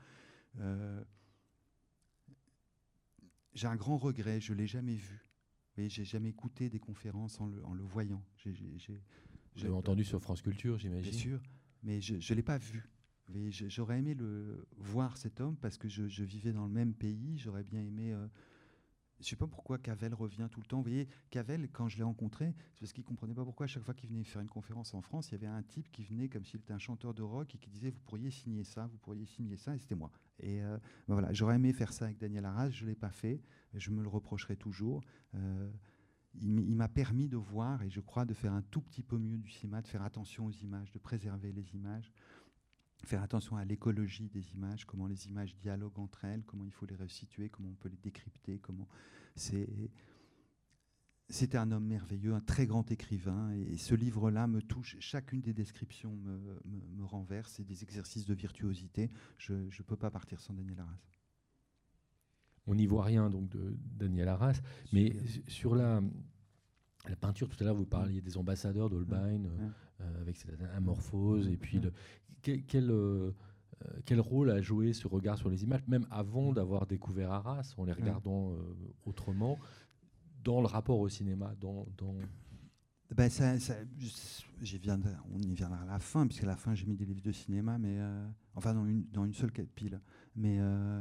J'ai un grand regret, je ne l'ai jamais vu. Je n'ai jamais écouté des conférences en le voyant. J'ai entendu sur France Culture, j'imagine. Bien sûr, mais je ne l'ai pas vu. J'aurais aimé voir cet homme parce que je vivais dans le même pays. J'aurais bien aimé... je ne sais pas pourquoi Cavell revient tout le temps. Vous voyez, Cavell, quand je l'ai rencontré, c'est parce qu'il ne comprenait pas pourquoi, à chaque fois qu'il venait faire une conférence en France, il y avait un type qui venait comme s'il était un chanteur de rock et qui disait « Vous pourriez signer ça, vous pourriez signer ça », et c'était moi. Et voilà, j'aurais aimé faire ça avec Daniel Arras, je ne l'ai pas fait, je me le reprocherai toujours. il m'a permis de voir, et je crois de faire un tout petit peu mieux du cinéma, de faire attention aux images, de préserver les images, faire attention à l'écologie des images, comment les images dialoguent entre elles, comment il faut les resituer, comment on peut les décrypter, comment C'était un homme merveilleux, un très grand écrivain, et ce livre-là me touche. Chacune des descriptions me renverse. C'est des exercices de virtuosité. Je ne peux pas partir sans Daniel Arras. On n'y voit rien donc de Daniel Arras, mais sur la peinture, tout à l'heure vous parliez des ambassadeurs d'Holbein, avec cette amorphose, et puis quel rôle a joué ce regard sur les images, même avant d'avoir découvert Arras, en les regardant autrement, dans le rapport au cinéma, Ben on y viendra à la fin, puisqu'à la fin j'ai mis des livres de cinéma, mais enfin dans une seule pile. Mais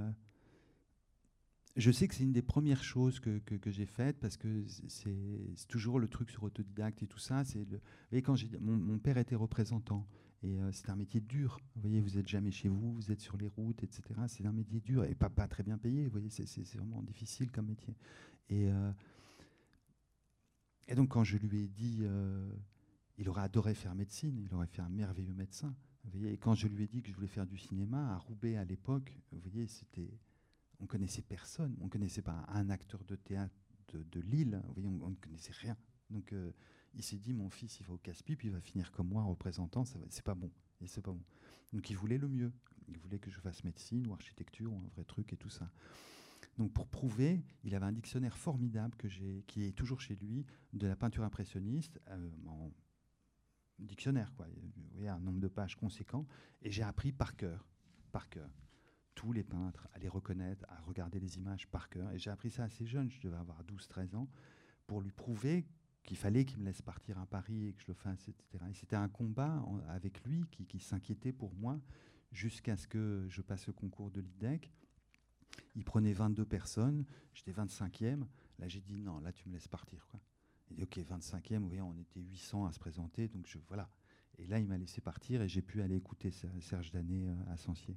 je sais que c'est une des premières choses que j'ai faites, parce que c'est toujours le truc sur autodidacte et tout ça. Vous voyez, quand mon père était représentant, et c'est un métier dur. Vous voyez, vous n'êtes jamais chez vous, vous êtes sur les routes, etc. C'est un métier dur et pas très bien payé. Vous voyez, c'est vraiment difficile comme métier. Et donc, quand je lui ai dit, il aurait adoré faire médecine, il aurait fait un merveilleux médecin. Vous voyez, et quand je lui ai dit que je voulais faire du cinéma, à Roubaix à l'époque, vous voyez, on connaissait personne, on ne connaissait pas un acteur de théâtre de Lille, vous voyez, on ne connaissait rien. Donc, il s'est dit, mon fils, il va au casse-pipe, il va finir comme moi, représentant, c'est pas bon. Et c'est pas bon. Donc, il voulait le mieux. Il voulait que je fasse médecine ou architecture ou un vrai truc et tout ça. Donc pour prouver, il avait un dictionnaire formidable qui est toujours chez lui, de la peinture impressionniste, en dictionnaire, quoi. Vous voyez, un nombre de pages conséquent. Et j'ai appris par cœur, tous les peintres, à les reconnaître, à regarder les images par cœur. Et j'ai appris ça assez jeune, je devais avoir 12-13 ans, pour lui prouver qu'il fallait qu'il me laisse partir à Paris et que je le fasse, etc. Et c'était un combat avec lui qui s'inquiétait pour moi jusqu'à ce que je passe le concours de l'IDEC. Il prenait 22 personnes, j'étais 25e. Là, j'ai dit non, là, tu me laisses partir, quoi. Il dit ok, 25e, vous voyez, on était 800 à se présenter, donc voilà. Et là, il m'a laissé partir et j'ai pu aller écouter Serge Danet à Sancier.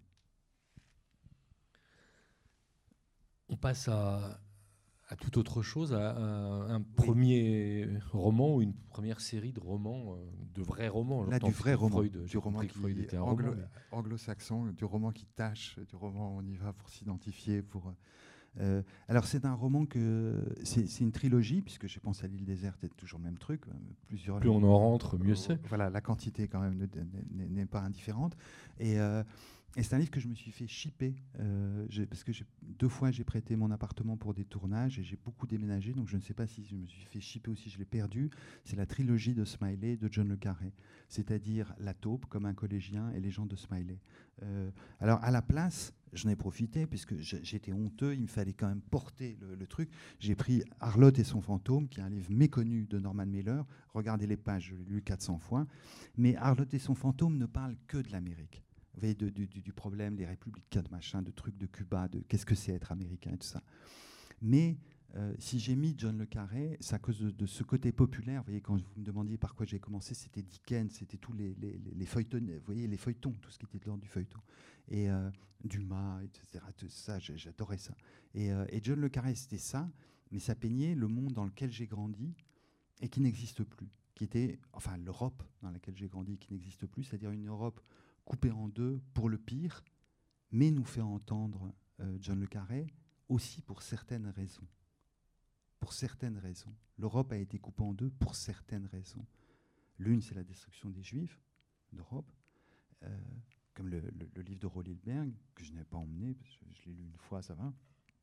On passe à toute autre chose, à un premier roman ou une première série de romans, de vrais romans. Là, du vrai roman. Du roman qui Freud était anglo-saxon, du roman qui tâche, du roman où on y va pour s'identifier. Alors, c'est un roman c'est une trilogie, puisque je pense à l'île déserte, c'est toujours le même truc. Plus on en rentre, mieux c'est. Voilà, la quantité quand même n'est pas indifférente. Et c'est un livre que je me suis fait shipper, parce que 2 fois j'ai prêté mon appartement pour des tournages et j'ai beaucoup déménagé, donc je ne sais pas si je me suis fait shipper ou si je l'ai perdu. C'est la trilogie de Smiley de John le Carré, c'est-à-dire La taupe comme un collégien et les gens de Smiley. Alors à la place, j'en ai profité puisque j'étais honteux, il me fallait quand même porter le truc. J'ai pris Harlotte et son fantôme, qui est un livre méconnu de Norman Mailer. Regardez les pages, je l'ai lu 400 fois. Mais Harlotte et son fantôme ne parle que de l'Amérique. Vous voyez, du problème, les républicains, de machin, de trucs de Cuba, de qu'est-ce que c'est être américain et tout ça. Mais si j'ai mis John le Carré, c'est à cause de ce côté populaire. Vous voyez, quand vous me demandiez par quoi j'ai commencé, c'était Dickens, c'était tous les feuilletons, vous voyez, les feuilletons, tout ce qui était de l'ordre du feuilleton. Et Dumas, etc. Tout ça, j'adorais ça. Et John le Carré, c'était ça, mais ça peignait le monde dans lequel j'ai grandi et qui n'existe plus. Qui était, enfin, l'Europe dans laquelle j'ai grandi, qui n'existe plus, c'est-à-dire une Europe coupé en deux pour le pire, mais nous fait entendre John le Carré aussi pour certaines raisons. Pour certaines raisons. L'Europe a été coupée en deux pour certaines raisons. L'une, c'est la destruction des Juifs d'Europe, comme le livre de Rollilberg, que je n'ai pas emmené, parce que je l'ai lu une fois, ça va.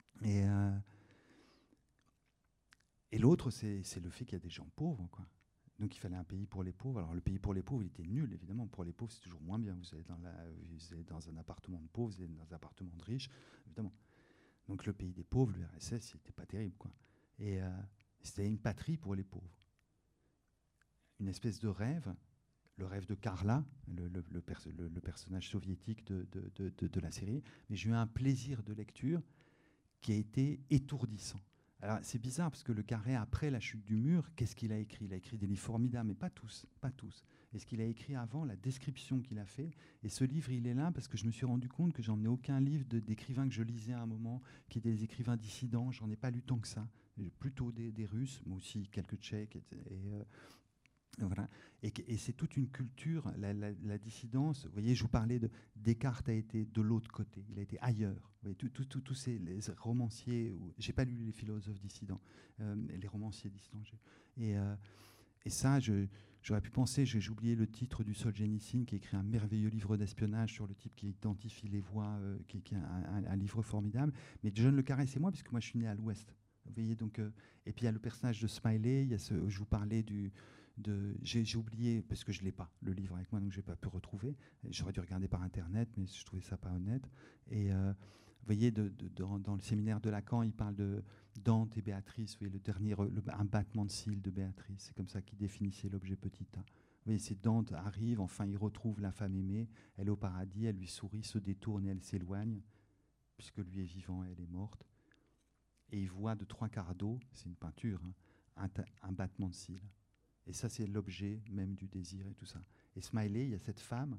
Et l'autre, c'est le fait qu'il y a des gens pauvres, quoi. Donc il fallait un pays pour les pauvres. Alors le pays pour les pauvres, il était nul, évidemment. Pour les pauvres, c'est toujours moins bien. Vous allez dans un appartement de pauvres, vous allez dans un appartement de riches, évidemment. Donc le pays des pauvres, l'URSS, c'était pas terrible, quoi. Et c'était une patrie pour les pauvres. Une espèce de rêve, le rêve de Karla, le personnage soviétique de la série. Mais j'ai eu un plaisir de lecture qui a été étourdissant. Alors, c'est bizarre parce que le Carré, après la chute du mur, qu'est-ce qu'il a écrit ? Il a écrit des livres formidables, mais pas tous. Et ce qu'il a écrit avant, la description qu'il a fait, et ce livre, il est là parce que je me suis rendu compte que j'en ai aucun livre d'écrivains que je lisais à un moment, qui étaient des écrivains dissidents, j'en ai pas lu tant que ça. plutôt des Russes, mais aussi quelques Tchèques. Voilà. Et c'est toute une culture, la dissidence. Vous voyez, je vous parlais Descartes a été de l'autre côté, il a été ailleurs. Vous voyez, tous ces les romanciers, j'ai pas lu les philosophes dissidents, les romanciers dissidents. Et ça, j'aurais pu penser, j'ai oublié le titre du Solzhenitsyn, qui écrit un merveilleux livre d'espionnage sur le type qui identifie les voix, qui est un livre formidable. Mais John le Carré, c'est moi, parce que moi je suis né à l'Ouest. Vous voyez, donc, et puis il y a le personnage de Smiley, il y a je vous parlais j'ai oublié, parce que je ne l'ai pas, le livre avec moi, donc je n'ai pas pu retrouver. J'aurais dû regarder par Internet, mais je trouvais ça pas honnête. Et vous voyez, dans le séminaire de Lacan, il parle de Dante et Béatrice. Vous voyez, le dernier, un battement de cils de Béatrice. C'est comme ça qu'il définissait l'objet petit a. Vous voyez, c'est Dante arrive, enfin il retrouve la femme aimée, elle est au paradis, elle lui sourit, se détourne et elle s'éloigne, puisque lui est vivant et elle est morte. Et il voit de 3/4 d'eau, c'est une peinture, hein, un battement de cils. Et ça, c'est l'objet même du désir et tout ça. Et Smiley, il y a cette femme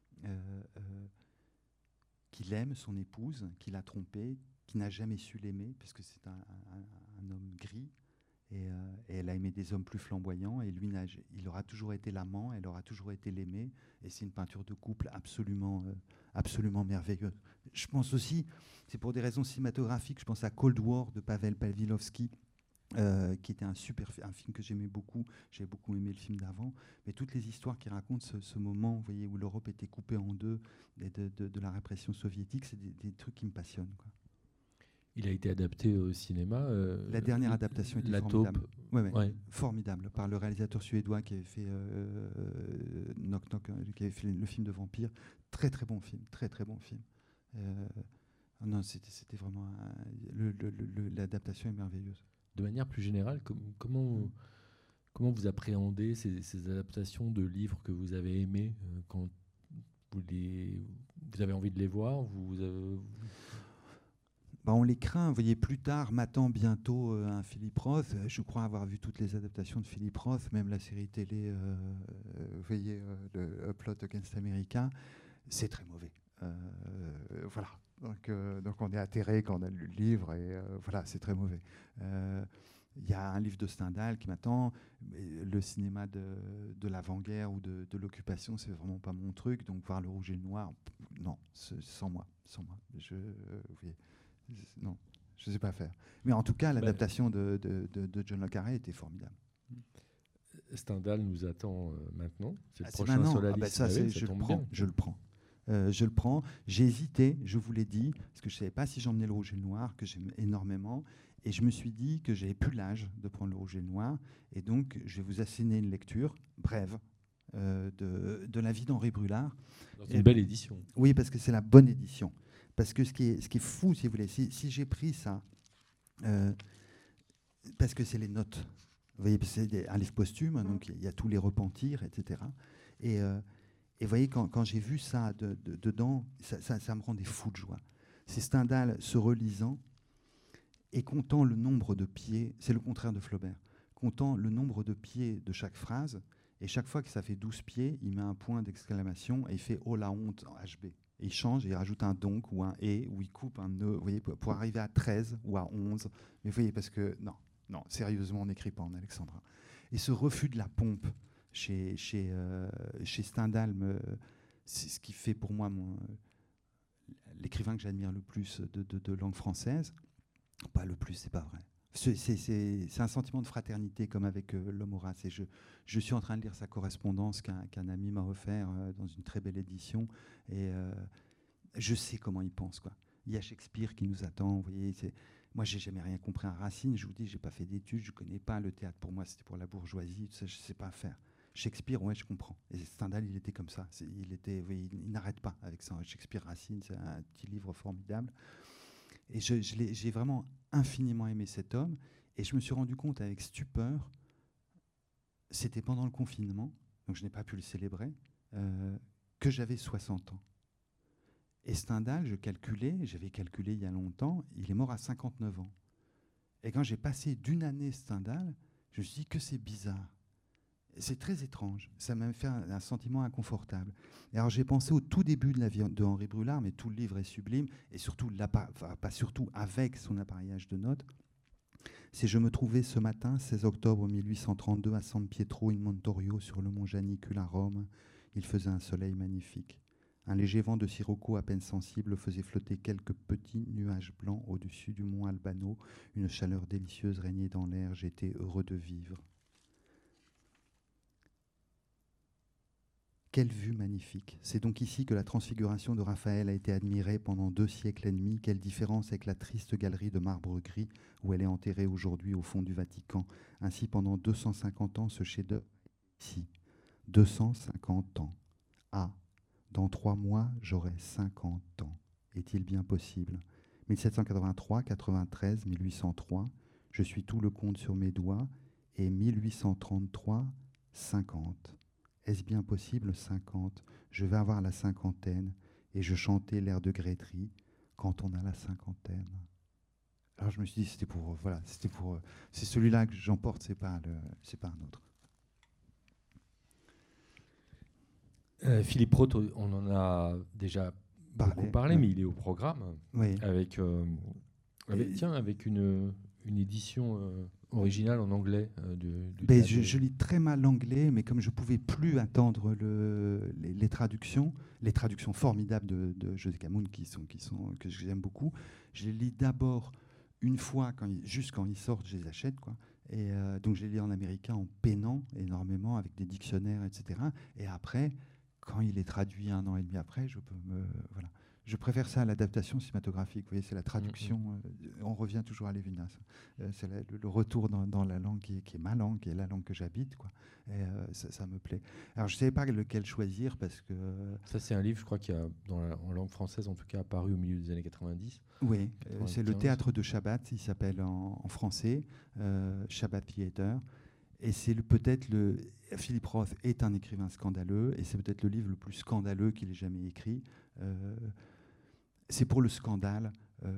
qu'il aime, son épouse, qui l'a trompée, qui n'a jamais su l'aimer, puisque c'est un homme gris. Et elle a aimé des hommes plus flamboyants. Et lui, il aura toujours été l'amant, elle aura toujours été l'aimée. Et c'est une peinture de couple absolument merveilleuse. Je pense aussi, c'est pour des raisons cinématographiques, je pense à Cold War de Pavel Pawlikowski, qui était un film que j'aimais beaucoup. J'ai beaucoup aimé le film d'avant, mais toutes les histoires qui racontent ce moment, vous voyez, où l'Europe était coupée en deux de la répression soviétique, c'est des trucs qui me passionnent, quoi. Il a été adapté au cinéma. La dernière adaptation était La formidable. Taupe. Ouais. Formidable, par le réalisateur suédois qui avait fait Knock Knock, qui avait fait le film de vampire. Très très bon film, très très bon film. Non, c'était vraiment l'adaptation est merveilleuse. De manière plus générale, comment vous appréhendez ces adaptations de livres que vous avez aimés quand vous avez envie de les voir On les craint. Vous voyez, plus tard, m'attend bientôt un Philip Roth. Je crois avoir vu toutes les adaptations de Philip Roth, même la série télé, vous voyez, le Plot Against America. C'est très mauvais. Voilà. Donc on est atterré quand on a lu le livre et voilà, c'est très mauvais. Il y a un livre de Stendhal qui m'attend. Le cinéma de l'avant-guerre ou de l'occupation, c'est vraiment pas mon truc. Donc voir Le Rouge et le Noir, non, sans moi. Non, je ne sais pas faire. Mais en tout cas, l'adaptation de John le Carré était formidable. Stendhal nous attend maintenant. C'est le prochain Solaris. Je le prends. J'ai hésité, je vous l'ai dit, parce que je ne savais pas si j'emmenais Le Rouge et le Noir, que j'aime énormément. Et je me suis dit que je n'avais plus l'âge de prendre Le Rouge et le Noir. Et donc, je vais vous asséner une lecture brève de la vie d'Henri Brulard. Dans une belle édition. Oui, parce que c'est la bonne édition. Parce que ce qui est fou, si vous voulez, si j'ai pris ça, parce que c'est les notes. Vous voyez, c'est un livre posthume, donc il y a tous les repentirs, etc. Et vous voyez, quand j'ai vu ça dedans, ça me rendait fou de joie. C'est Stendhal se relisant et comptant le nombre de pieds, c'est le contraire de Flaubert, comptant le nombre de pieds de chaque phrase, et chaque fois que ça fait 12 pieds, il met un point d'exclamation et il fait « Oh la honte » en HB. Et il change et il rajoute un donc ou un et, ou il coupe un ne, vous voyez, pour arriver à 13 ou à 11. Mais vous voyez, parce que non, sérieusement, on n'écrit pas en alexandrin. Et ce refus de la pompe chez Stendhal, c'est ce qui fait pour moi l'écrivain que j'admire le plus de langue française. Pas le plus, c'est pas vrai. C'est un sentiment de fraternité comme avec l'homme Horace. Et je suis en train de lire sa correspondance qu'un ami m'a offert dans une très belle édition. Et je sais comment il pense, quoi. Il y a Shakespeare qui nous attend. Vous voyez, moi, j'ai jamais rien compris à Racine. Je vous dis, j'ai pas fait d'études, je connais pas le théâtre. Pour moi, c'était pour la bourgeoisie. Tout ça, je sais pas faire. Shakespeare, ouais, je comprends. Et Stendhal, il était comme ça. Il n'arrête pas avec ça. Shakespeare, Racine, c'est un petit livre formidable. Et j'ai vraiment infiniment aimé cet homme. Et je me suis rendu compte avec stupeur, c'était pendant le confinement, donc je n'ai pas pu le célébrer, que j'avais 60 ans. Et Stendhal, j'avais calculé il y a longtemps, il est mort à 59 ans. Et quand j'ai passé d'une année Stendhal, je me suis dit que c'est bizarre. C'est très étrange. Ça m'a fait un sentiment inconfortable. Et alors j'ai pensé au tout début de la vie de Henri Brulard, mais tout le livre est sublime, et surtout, pas surtout avec son appareillage de notes. C'est je me trouvais ce matin, 16 octobre 1832, à San Pietro in Montorio, sur le mont Janicule à Rome. Il faisait un soleil magnifique. Un léger vent de sirocco à peine sensible faisait flotter quelques petits nuages blancs au-dessus du mont Albano. Une chaleur délicieuse régnait dans l'air. J'étais heureux de vivre. Quelle vue magnifique! C'est donc ici que la transfiguration de Raphaël a été admirée pendant 2 siècles et demi. Quelle différence avec la triste galerie de marbre gris où elle est enterrée aujourd'hui au fond du Vatican. Ainsi, pendant 250 ans, ce chef-d'œuvre ici. 250 ans. Ah, dans 3 mois, j'aurai 50 ans. Est-il bien possible? 1783, 93, 1803, je suis tout le compte sur mes doigts, et 1833, 50. Est-ce bien possible, 50? Je vais avoir la cinquantaine, et je chantais l'air de Grétry, quand on a la cinquantaine. Alors je me suis dit, c'est celui-là que j'emporte, c'est pas un autre. Philippe Roth, on en a déjà beaucoup parlé, mais il est au programme avec une édition originale en anglais. Je lis très mal l'anglais, mais comme je ne pouvais plus attendre les traductions formidables de José Camoun, que j'aime beaucoup, je les lis d'abord une fois, juste quand ils sortent, je les achète, quoi. Et donc je les lis en américain en peinant énormément avec des dictionnaires, etc. Et après, quand il est traduit 1 an et demi après, je préfère ça à l'adaptation cinématographique. Vous voyez, c'est la traduction. On revient toujours à Lévinas. C'est le retour dans la langue qui est ma langue, qui est la langue que j'habite, quoi. Et ça me plaît. Alors, je ne savais pas lequel choisir parce que... Ça, c'est un livre, je crois, qui a, en langue française, en tout cas, apparu au milieu des années 90. Oui, c'est le théâtre de Shabbat. Il s'appelle en français Shabbat Theater. Et c'est Philippe Roth est un écrivain scandaleux, et c'est peut-être le livre le plus scandaleux qu'il ait jamais écrit. C'est pour le scandale,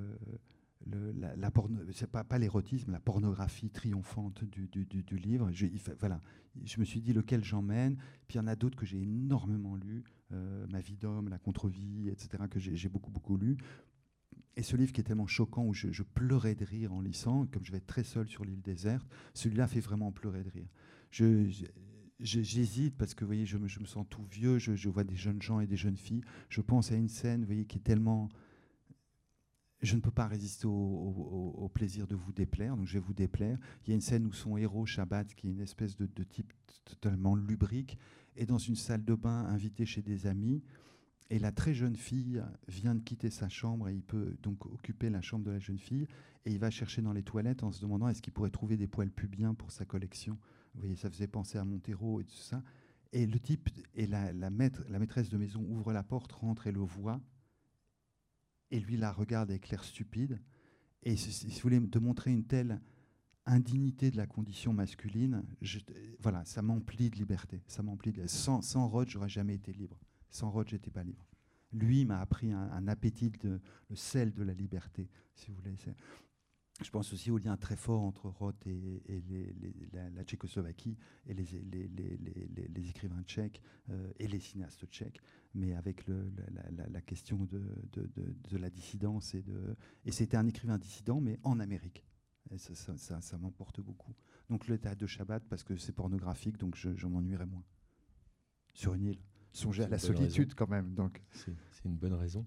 c'est pas l'érotisme, la pornographie triomphante du livre. Je me suis dit lequel j'emmène. Puis il y en a d'autres que j'ai énormément lus, Ma vie d'homme, La contre-vie, etc., que j'ai beaucoup lu. Et ce livre qui est tellement choquant, où je pleurais de rire en lisant, comme je vais être très seul sur l'île déserte, celui-là fait vraiment pleurer de rire. J'hésite parce que, vous voyez, je me sens tout vieux, je vois des jeunes gens et des jeunes filles. Je pense à une scène, vous voyez, qui est tellement... Je ne peux pas résister au plaisir de vous déplaire, donc je vais vous déplaire. Il y a une scène où son héros, Shabbat, qui est une espèce de type totalement lubrique, est dans une salle de bain invité chez des amis. Et la très jeune fille vient de quitter sa chambre, et il peut donc occuper la chambre de la jeune fille, et il va chercher dans les toilettes en se demandant est-ce qu'il pourrait trouver des poils pubiens pour sa collection. Vous voyez, ça faisait penser à Montero et tout ça. Et le type, et la maîtresse de maison ouvre la porte, rentre et le voit, et lui la regarde avec l'air stupide. Et si vous voulez, de montrer une telle indignité de la condition masculine, ça m'emplit de liberté. Sans Roth, j'aurais jamais été libre. Sans Roth, j'étais pas libre. Lui m'a appris un appétit, le sel de la liberté, si vous voulez. Je pense aussi au lien très fort entre Roth et la Tchécoslovaquie et les écrivains tchèques et les cinéastes tchèques, mais avec la question de la dissidence. Et c'était un écrivain dissident, mais en Amérique. Et ça m'emporte beaucoup. Donc le théâtre de Shabbat, parce que c'est pornographique, donc je m'ennuierais moins. Sur une île. Songer à la solitude raison. Quand même. C'est une bonne raison.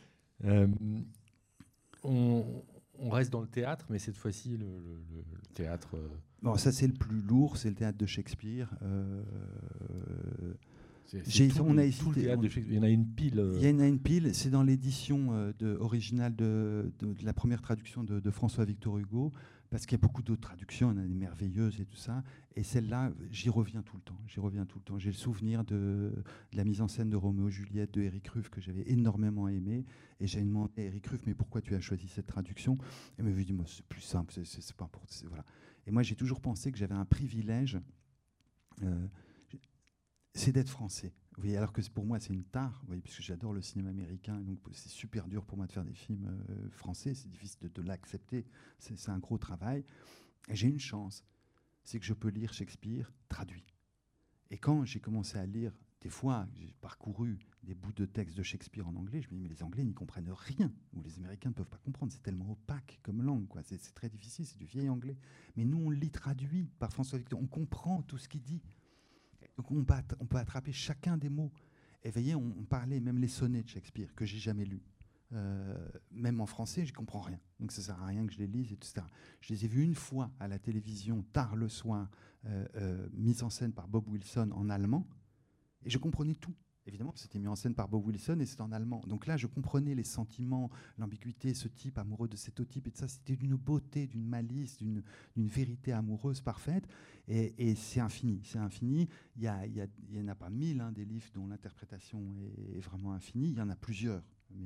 On reste dans le théâtre, mais cette fois-ci, le théâtre... Bon, ça, c'est le plus lourd, c'est le théâtre de Shakespeare. On a hésité. Tout le théâtre de Shakespeare. Il y en a une pile. Il y en a une pile. C'est dans l'édition originale de la première traduction de François Victor Hugo, parce qu'il y a beaucoup d'autres traductions, il y en a des merveilleuses et tout ça. Et celle-là, j'y reviens tout le temps. J'ai le souvenir de la mise en scène de Roméo et Juliette de Éric Ruff, que j'avais énormément aimé. Et j'ai demandé à Éric Ruff, mais pourquoi tu as choisi cette traduction? Et il m'avait dit, c'est plus simple, c'est pas important. Voilà. Et moi, j'ai toujours pensé que j'avais un privilège, c'est d'être français. Vous voyez, alors que pour moi, c'est une tare, vous voyez, puisque j'adore le cinéma américain, donc c'est super dur pour moi de faire des films français, c'est difficile de l'accepter, c'est un gros travail. Et j'ai une chance, c'est que je peux lire Shakespeare traduit. Et quand j'ai commencé à lire des fois, j'ai parcouru des bouts de texte de Shakespeare en anglais, je me dis, mais les Anglais n'y comprennent rien, ou les Américains ne peuvent pas comprendre, c'est tellement opaque comme langue, quoi. C'est très difficile, c'est du vieil anglais. Mais nous, on lit traduit par François Victor, on comprend tout ce qu'il dit. Donc on peut attraper chacun des mots. Et voyez, on parlait même les sonnets de Shakespeare, que j'ai jamais lus. Même en français, je comprends rien. Donc ça sert à rien que je les lise, etc. Je les ai vus une fois à la télévision, tard le soir, mise en scène par Bob Wilson en allemand, et je comprenais tout. Évidemment, c'était mis en scène par Bob Wilson et c'était en allemand. Donc là, je comprenais les sentiments, l'ambiguïté, ce type amoureux de cet autre type, et tout ça. C'était d'une beauté, d'une malice, d'une vérité amoureuse parfaite. Et c'est infini. C'est infini. Il y en a pas 1000 hein, des livres dont l'interprétation est vraiment infinie. Il y en a plusieurs.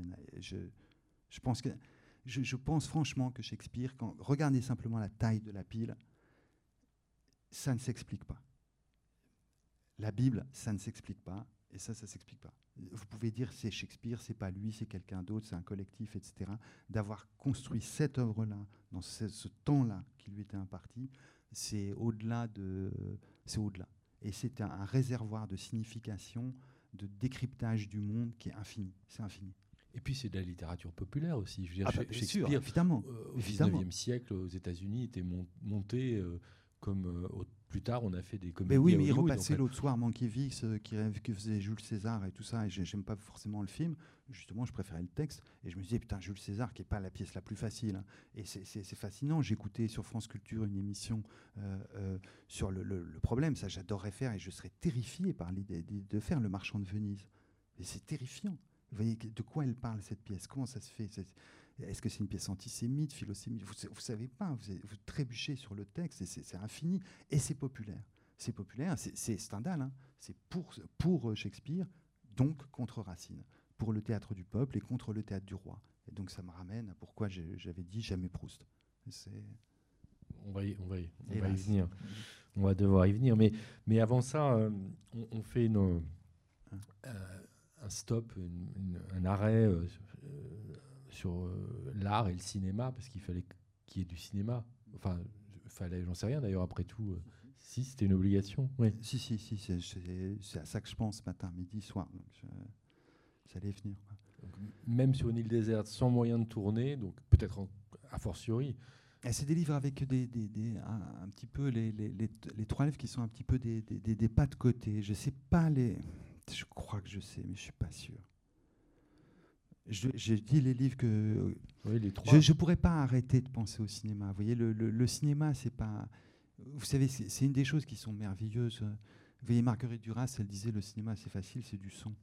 Je pense franchement que Shakespeare, regardez simplement la taille de la pile, ça ne s'explique pas. La Bible, ça ne s'explique pas. Et ça s'explique pas. Vous pouvez dire c'est Shakespeare, c'est pas lui, c'est quelqu'un d'autre, c'est un collectif, etc. D'avoir construit cette œuvre-là, dans ce temps-là qui lui était imparti, c'est au-delà. Et c'est un réservoir de signification, de décryptage du monde qui est infini. C'est infini. Et puis c'est de la littérature populaire aussi. Je veux dire, Shakespeare, sûr, évidemment, au XIXe siècle, aux États-Unis, était monté comme plus tard, on a fait des comédies. Mais oui, mais il repassait l'autre soir Mankiewicz qui faisait Jules César et tout ça, et j'aime pas forcément le film. Justement, je préférais le texte, et je me disais putain, Jules César, qui est pas la pièce la plus facile, hein. Et c'est fascinant. J'écoutais sur France Culture une émission sur le problème. Ça, j'adorerais faire, et je serais terrifié par l'idée de faire Le Marchand de Venise. Et c'est terrifiant. Vous voyez de quoi elle parle cette pièce? Comment ça se fait? Est-ce que c'est une pièce antisémite, philosémite? Vous savez pas, vous trébuchez sur le texte, et c'est infini, et c'est populaire. C'est populaire, c'est Stendhal, hein. C'est pour Shakespeare, donc contre Racine, pour le théâtre du peuple et contre le théâtre du roi. Et donc ça me ramène à pourquoi j'avais dit jamais Proust. On va y venir. On va devoir y venir. Mais avant ça, on fait un stop, un arrêt sur l'art et le cinéma, parce qu'il fallait qu'il y ait du cinéma. Enfin, j'en sais rien d'ailleurs, après tout. Si, c'était une obligation. Oui. Si, c'est à ça que je pense, matin, midi, soir. Donc ça allait venir. Donc, même sur une île déserte, sans moyen de tourner, donc peut-être a fortiori. C'est des livres avec un petit peu les trois livres qui sont un petit peu des pas de côté. Je sais pas je crois que je sais, mais je suis pas sûr. J'ai dit les livres que oui, les trois. Je pourrais pas arrêter de penser au cinéma. Vous voyez, le cinéma, c'est pas. Vous savez, c'est une des choses qui sont merveilleuses. Vous voyez, Marguerite Duras, elle disait le cinéma, c'est facile, c'est du son.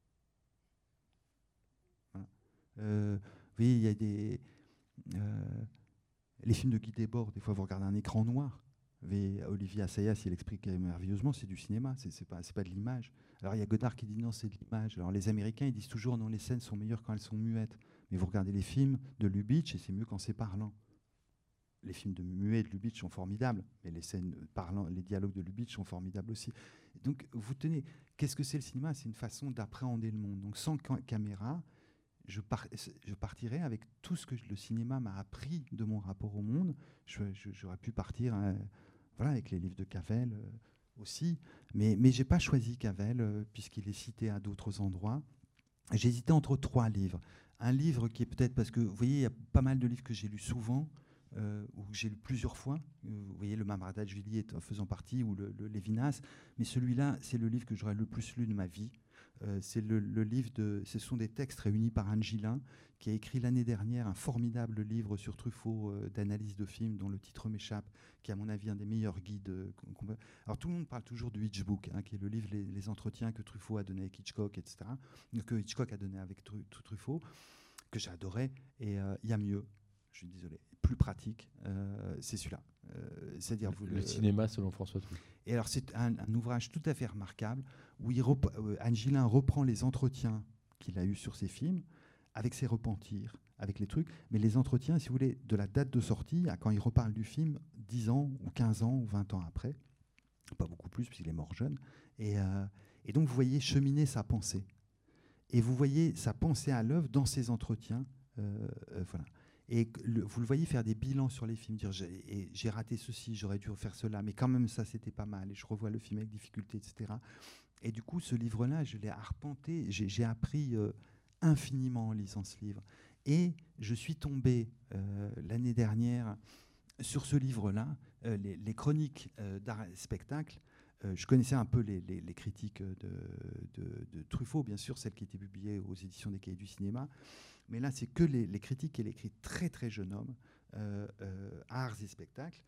Voilà. Vous voyez, il y a les films de Guy Debord, des fois vous regardez un écran noir. Olivier Assayas, il explique merveilleusement, c'est du cinéma, c'est pas de l'image. Alors il y a Godard qui dit non, c'est de l'image. Alors les Américains, ils disent toujours non, les scènes sont meilleures quand elles sont muettes. Mais vous regardez les films de Lubitsch et c'est mieux quand c'est parlant. Les films de muet de Lubitsch sont formidables, mais les scènes parlant, les dialogues de Lubitsch sont formidables aussi. Donc vous tenez, qu'est-ce que c'est le cinéma? C'est une façon d'appréhender le monde. Donc sans caméra, je partirais avec tout ce que le cinéma m'a appris de mon rapport au monde. J'aurais pu partir avec les livres de Cavell aussi, mais je n'ai pas choisi Cavell puisqu'il est cité à d'autres endroits. J'ai hésité entre trois livres. Un livre qui est peut-être, parce que vous voyez, il y a pas mal de livres que j'ai lus souvent, ou que j'ai lu plusieurs fois. Vous voyez, le Mamardashvili faisant partie, ou le Lévinas. Mais celui-là, c'est le livre que j'aurais le plus lu de ma vie. C'est le livre ce sont des textes réunis par Anne Gillin, qui a écrit l'année dernière un formidable livre sur Truffaut d'analyse de films, dont le titre m'échappe, qui est à mon avis un des meilleurs guides. Alors tout le monde parle toujours du Hitchbook, hein, qui est le livre les entretiens que Truffaut a donné avec Hitchcock, etc. Que Hitchcock a donné avec Truffaut, que j'ai adoré. Et il y a mieux. Je suis désolé. Plus pratique, c'est celui-là. C'est-à-dire le cinéma selon François Truffaut. Et alors c'est un ouvrage tout à fait remarquable où Anne Gillin reprend les entretiens qu'il a eus sur ses films avec ses repentirs, avec les trucs, mais les entretiens, si vous voulez, de la date de sortie à quand il reparle du film 10 ans ou 15 ans ou 20 ans après, pas beaucoup plus puisqu'il est mort jeune, et donc vous voyez cheminer sa pensée. Et vous voyez sa pensée à l'œuvre dans ces entretiens, voilà. Et vous le voyez faire des bilans sur les films, dire j'ai raté ceci, j'aurais dû refaire cela, mais quand même ça c'était pas mal, et je revois le film avec difficulté, etc. Et du coup, ce livre-là, je l'ai arpenté, j'ai appris infiniment en lisant ce livre. Et je suis tombé l'année dernière sur ce livre-là, les chroniques d'art et spectacle. Je connaissais un peu les critiques de Truffaut, bien sûr, celles qui étaient publiées aux éditions des Cahiers du cinéma. Mais là, c'est que les critiques qu'il écrit très très jeune homme, arts et spectacles,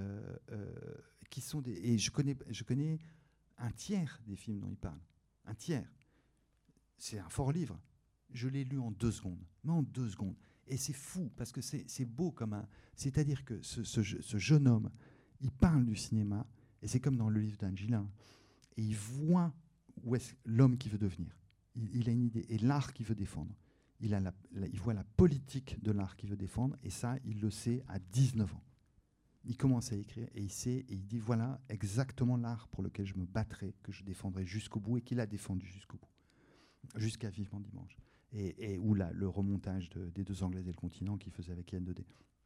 qui sont des. Et je connais un tiers des films dont il parle. Un tiers. C'est un fort livre. Je l'ai lu en 2 secondes. Mais en 2 secondes. Et c'est fou, parce que c'est beau comme un. C'est-à-dire que ce jeune homme, il parle du cinéma, et c'est comme dans le livre d'Angela, et il voit où est l'homme qui veut devenir. Il a une idée, et l'art qu'il veut défendre. Il voit la politique de l'art qu'il veut défendre, et ça, il le sait à 19 ans. Il commence à écrire, et il sait, et il dit, voilà exactement l'art pour lequel je me battrai, que je défendrai jusqu'au bout, et qu'il a défendu jusqu'au bout, jusqu'à Vivement Dimanche. Et où le remontage des 2 Anglaises et le continent qu'il faisait avec Yann Daudet.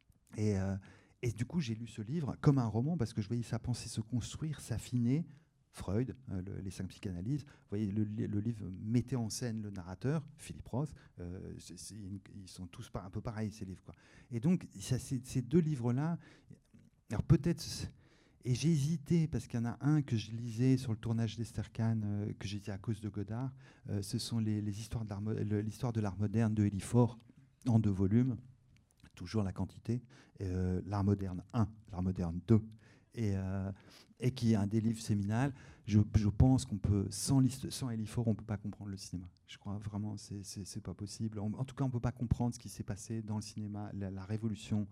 Et du coup, j'ai lu ce livre comme un roman, parce que je voyais sa pensée se construire, s'affiner. Freud, les 5 psychanalyses. Vous voyez, le livre mettait en scène le narrateur, Philippe Roth. Ils sont tous un peu pareils, ces livres, quoi. Et donc, ces 2 livres-là, alors peut-être... Et j'ai hésité, parce qu'il y en a un que je lisais sur le tournage d'Estercan, que j'ai dit à cause de Godard. Ce sont l'histoire de l'art moderne de Elifort, en 2 volumes, toujours la quantité. L'art moderne 1, l'art moderne 2. Et qui est un des livres séminales. Je pense qu'on peut, sans Elifort, on ne peut pas comprendre le cinéma. Je crois vraiment, c'est pas possible. En tout cas, on ne peut pas comprendre ce qui s'est passé dans le cinéma, la révolution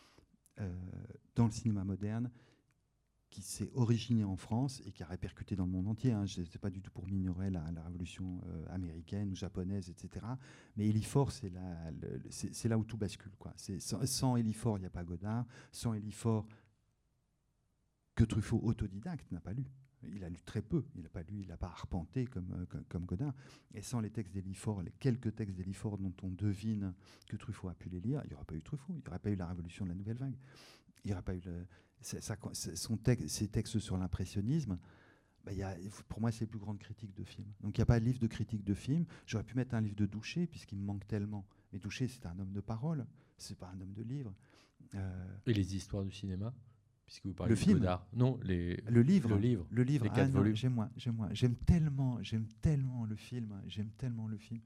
dans le cinéma moderne, qui s'est originée en France et qui a répercuté dans le monde entier. Hein. Ce n'est pas du tout pour minorer la révolution américaine ou japonaise, etc. Mais Elifort, c'est là où tout bascule, quoi. Sans Elifort, il n'y a pas Godard. Sans Elifort, que Truffaut, autodidacte, n'a pas lu. Il a lu très peu. Il n'a pas lu, il n'a pas arpenté comme Godard. Et sans les textes d'Elifort, les quelques textes d'Elifort dont on devine que Truffaut a pu les lire, il n'y aurait pas eu Truffaut. Il n'y aurait pas eu la révolution de la Nouvelle Vague. Il n'y aurait pas eu ses textes sur l'impressionnisme. Pour moi, c'est les plus grandes critiques de films. Donc, il n'y a pas de livre de critique de film. J'aurais pu mettre un livre de Douchet, puisqu'il me manque tellement. Mais Douchet, c'est un homme de parole. C'est pas un homme de livre. Et les histoires du cinéma, puisque vous parlez le de film, Godard. Non, le livre. Les 4 volumes. J'aime moins. J'aime tellement le film. J'aime tellement le film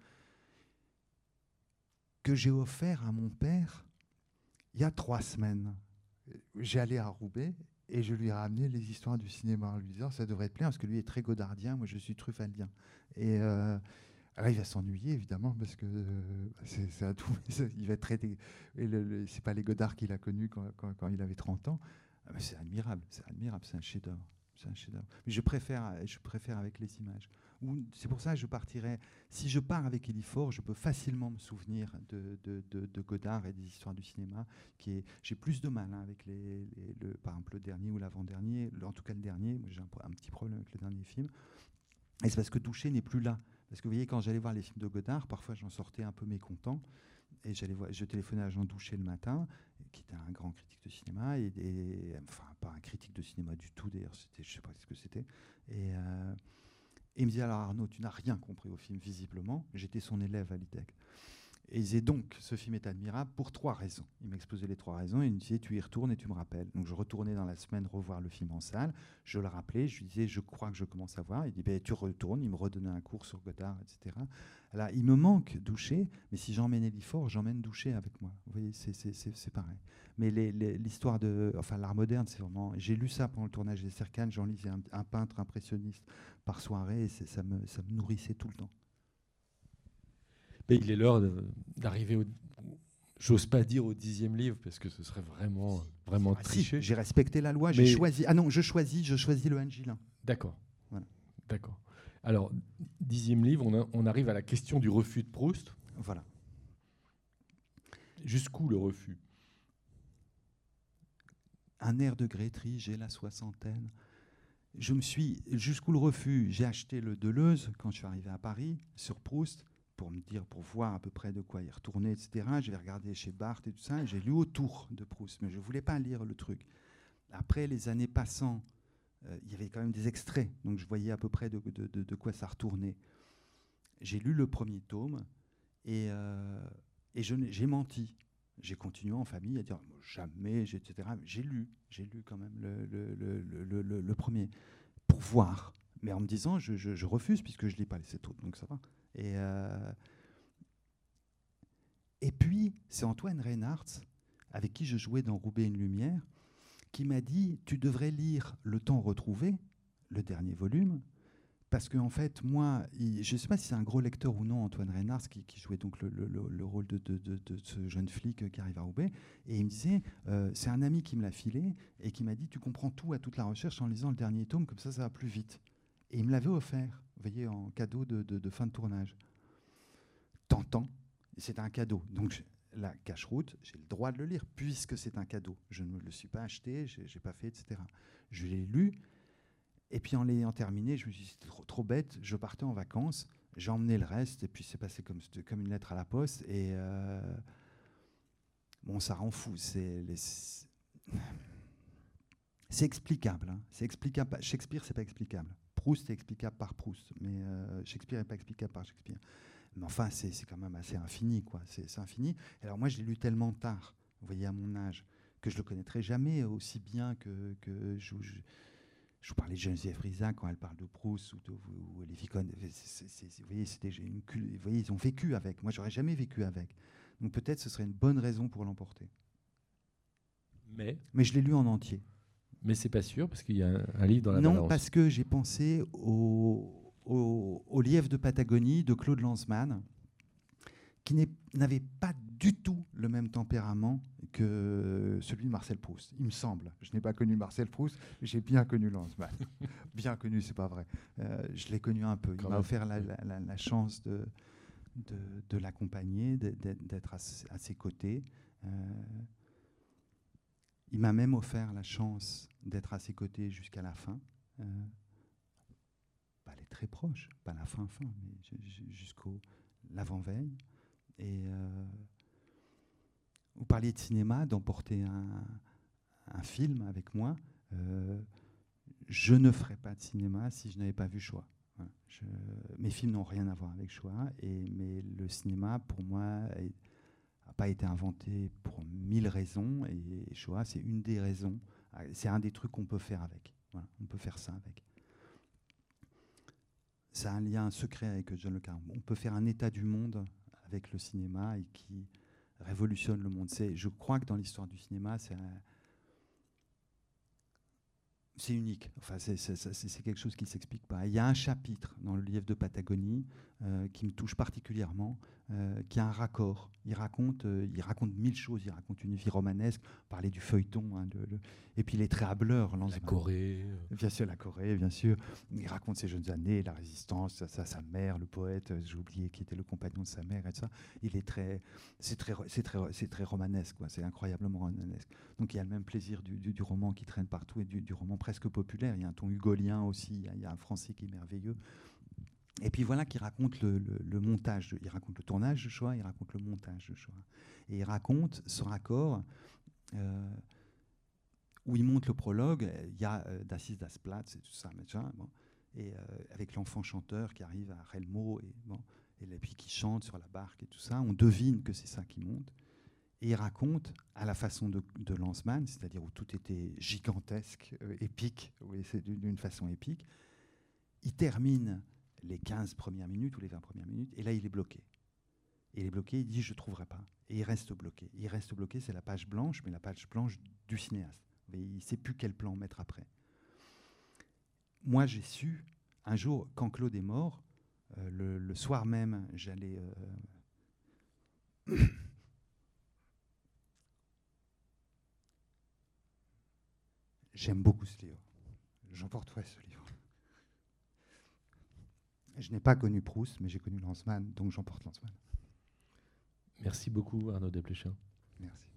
que j'ai offert à mon père il y a 3 semaines. J'allais à Roubaix et je lui ai ramené les histoires du cinéma en lui disant ça devrait te plaire parce que lui est très godardien, moi je suis truffaldien. Et alors il va s'ennuyer évidemment parce que c'est à tout. Il va être très. C'est pas les Godards qu'il a connus quand il avait 30 ans. Mais c'est admirable, c'est un chef-d'œuvre. C'est un chef-d'œuvre. Mais je préfère avec les images. C'est pour ça que je partirais. Si je pars avec Elifort, je peux facilement me souvenir de Godard et des histoires du cinéma. J'ai plus de mal avec par exemple le dernier ou l'avant-dernier. En tout cas le dernier. Moi, j'ai un petit problème avec le dernier film. Et c'est parce que Douchet n'est plus là. Parce que vous voyez, quand j'allais voir les films de Godard, parfois j'en sortais un peu mécontent. Et je téléphonais à Jean Douchet le matin, qui était un grand critique de cinéma, enfin pas un critique de cinéma du tout d'ailleurs, je ne sais pas ce que c'était. Et il me disait, alors Arnaud, tu n'as rien compris au film visiblement. J'étais son élève à l'IDEC. Et il disait donc, ce film est admirable pour 3 raisons. Il m'exposait les 3 raisons et il me disait, tu y retournes et tu me rappelles. Donc je retournais dans la semaine revoir le film en salle. Je le rappelais, je lui disais, je crois que je commence à voir. Il dit, tu retournes. Il me redonnait un cours sur Godard, etc. Alors il me manque Douchet, mais si j'emmène Elifort, j'emmène Douchet avec moi. Vous voyez, c'est pareil. Mais l'histoire l'art moderne, c'est vraiment. J'ai lu ça pendant le tournage des Cercanes. J'en lisais un peintre impressionniste par soirée et ça me nourrissait tout le temps. Mais il est l'heure d'arriver j'ose pas dire au 10e livre, parce que ce serait vraiment triché. Si, j'ai respecté la loi, j'ai choisi. Ah non, je choisis le Angilin. D'accord. Voilà. D'accord. Alors, 10e livre, on arrive à la question du refus de Proust. Voilà. Jusqu'où le refus? Un air de Grétry, j'ai la 60aine. Jusqu'où le refus? J'ai acheté le Deleuze quand je suis arrivé à Paris, sur Proust, pour voir à peu près de quoi y retourner, etc. J'ai regardé chez Barthes et tout ça, et j'ai lu autour de Proust, mais je ne voulais pas lire le truc. Après, les années passant, il y avait quand même des extraits, donc je voyais à peu près de quoi ça retournait. J'ai lu le premier tome et j'ai menti. J'ai continué en famille à dire jamais, etc. J'ai lu quand même le premier pour voir, mais en me disant je refuse puisque je lis pas les 7 autres, donc ça va. Et puis c'est Antoine Reinhardt, avec qui je jouais dans Roubaix une lumière, qui m'a dit tu devrais lire Le Temps retrouvé, le dernier volume. Parce qu'en fait, moi, je ne sais pas si c'est un gros lecteur ou non, Antoine Reinhardt, qui jouait donc le rôle de ce jeune flic qui arrive à Roubaix. Et il me disait, c'est un ami qui me l'a filé et qui m'a dit, tu comprends tout à toute la recherche en lisant le dernier tome, comme ça va plus vite. Et il me l'avait offert, vous voyez, en cadeau de fin de tournage. Tentant, c'est un cadeau. Donc, la cache-route, j'ai le droit de le lire, puisque c'est un cadeau. Je ne me le suis pas acheté, je n'ai pas fait, etc. Je l'ai lu. Et puis en l'ayant terminé, je me suis dit, c'était trop bête, je partais en vacances, j'ai emmené le reste, et puis c'est passé comme une lettre à la poste, et bon, ça rend fou. C'est explicable, hein. C'est explicable. Shakespeare, c'est pas explicable. Proust est explicable par Proust, mais Shakespeare n'est pas explicable par Shakespeare. Mais enfin, c'est quand même assez infini, quoi. C'est infini. Et alors moi, je l'ai lu tellement tard, vous voyez, à mon âge, que je le connaîtrais jamais aussi bien que je vous parlais de Geneviève Riza quand elle parle de Proust ou Olivier Cohn. Vous voyez, ils ont vécu avec. Moi, j'aurais jamais vécu avec. Donc peut-être ce serait une bonne raison pour l'emporter. Mais je l'ai lu en entier. Mais c'est pas sûr, parce qu'il y a un livre dans la balance. balance. Non, parce que j'ai pensé au Lièvre de Patagonie de Claude Lanzmann, qui n'avait pas du tout le même tempérament que celui de Marcel Proust, il me semble. Je n'ai pas connu Marcel Proust, mais j'ai bien connu Lanzmann. Bien connu, c'est pas vrai. Je l'ai connu un peu. Il m'a offert la chance de l'accompagner, d'être à ses côtés. Il m'a même offert la chance d'être à ses côtés jusqu'à la fin. Elle est très proche, pas la fin, mais jusqu'au l'avant-veille. Et vous parliez de cinéma, d'emporter un film avec moi. Je ne ferais pas de cinéma si je n'avais pas vu Shoah. Voilà. Mes films n'ont rien à voir avec Shoah, mais le cinéma, pour moi, n'a pas été inventé pour 1000 raisons, et Shoah, c'est une des raisons. C'est un des trucs qu'on peut faire avec. Voilà, on peut faire ça avec. Ça a un lien secret avec John le Carre. On peut faire un état du monde avec le cinéma et qui révolutionne le monde. Je crois que dans l'histoire du cinéma, c'est unique. Enfin, c'est quelque chose qui ne s'explique pas. Il y a un chapitre dans le Lièvre de Patagonie qui me touche particulièrement, qui a un raccord. Il raconte 1000 choses. Il raconte une vie romanesque, parler du feuilleton, hein, et puis il est très hableur. La Corée. Bien sûr, la Corée, bien sûr. Il raconte ses jeunes années, la résistance, sa mère, le poète, j'ai oublié qui était le compagnon de sa mère, et tout ça. C'est très romanesque, quoi. C'est incroyablement romanesque. Donc il y a le même plaisir du roman qui traîne partout et du roman presque populaire. Il y a un ton hugolien aussi, il y a un français qui est merveilleux. Et puis voilà qui raconte le montage. Il raconte le tournage de Shoah, il raconte le montage de Shoah. Et il raconte ce raccord où il monte le prologue. Il y a Das ist das Platz et tout ça, bon. Et avec l'enfant chanteur qui arrive à Relmo et puis qui chante sur la barque et tout ça. On devine que c'est ça qui monte. Et il raconte à la façon de Lanzmann, c'est-à-dire où tout était gigantesque, épique, oui, c'est d'une façon épique. Il termine les 15 premières minutes ou les 20 premières minutes, et là, il est bloqué. Et il est bloqué, il dit « je ne trouverai pas ». Et il reste bloqué. Il reste bloqué, c'est la page blanche, mais la page blanche du cinéaste. Mais il ne sait plus quel plan mettre après. Moi, j'ai su, un jour, quand Claude est mort, le soir même, j'allais... J'aime beaucoup ce livre. J'emporterai ce livre. Je n'ai pas connu Proust, mais j'ai connu Lanzmann, donc j'emporte Lanzmann. Merci beaucoup, Arnaud Desplechin. Merci.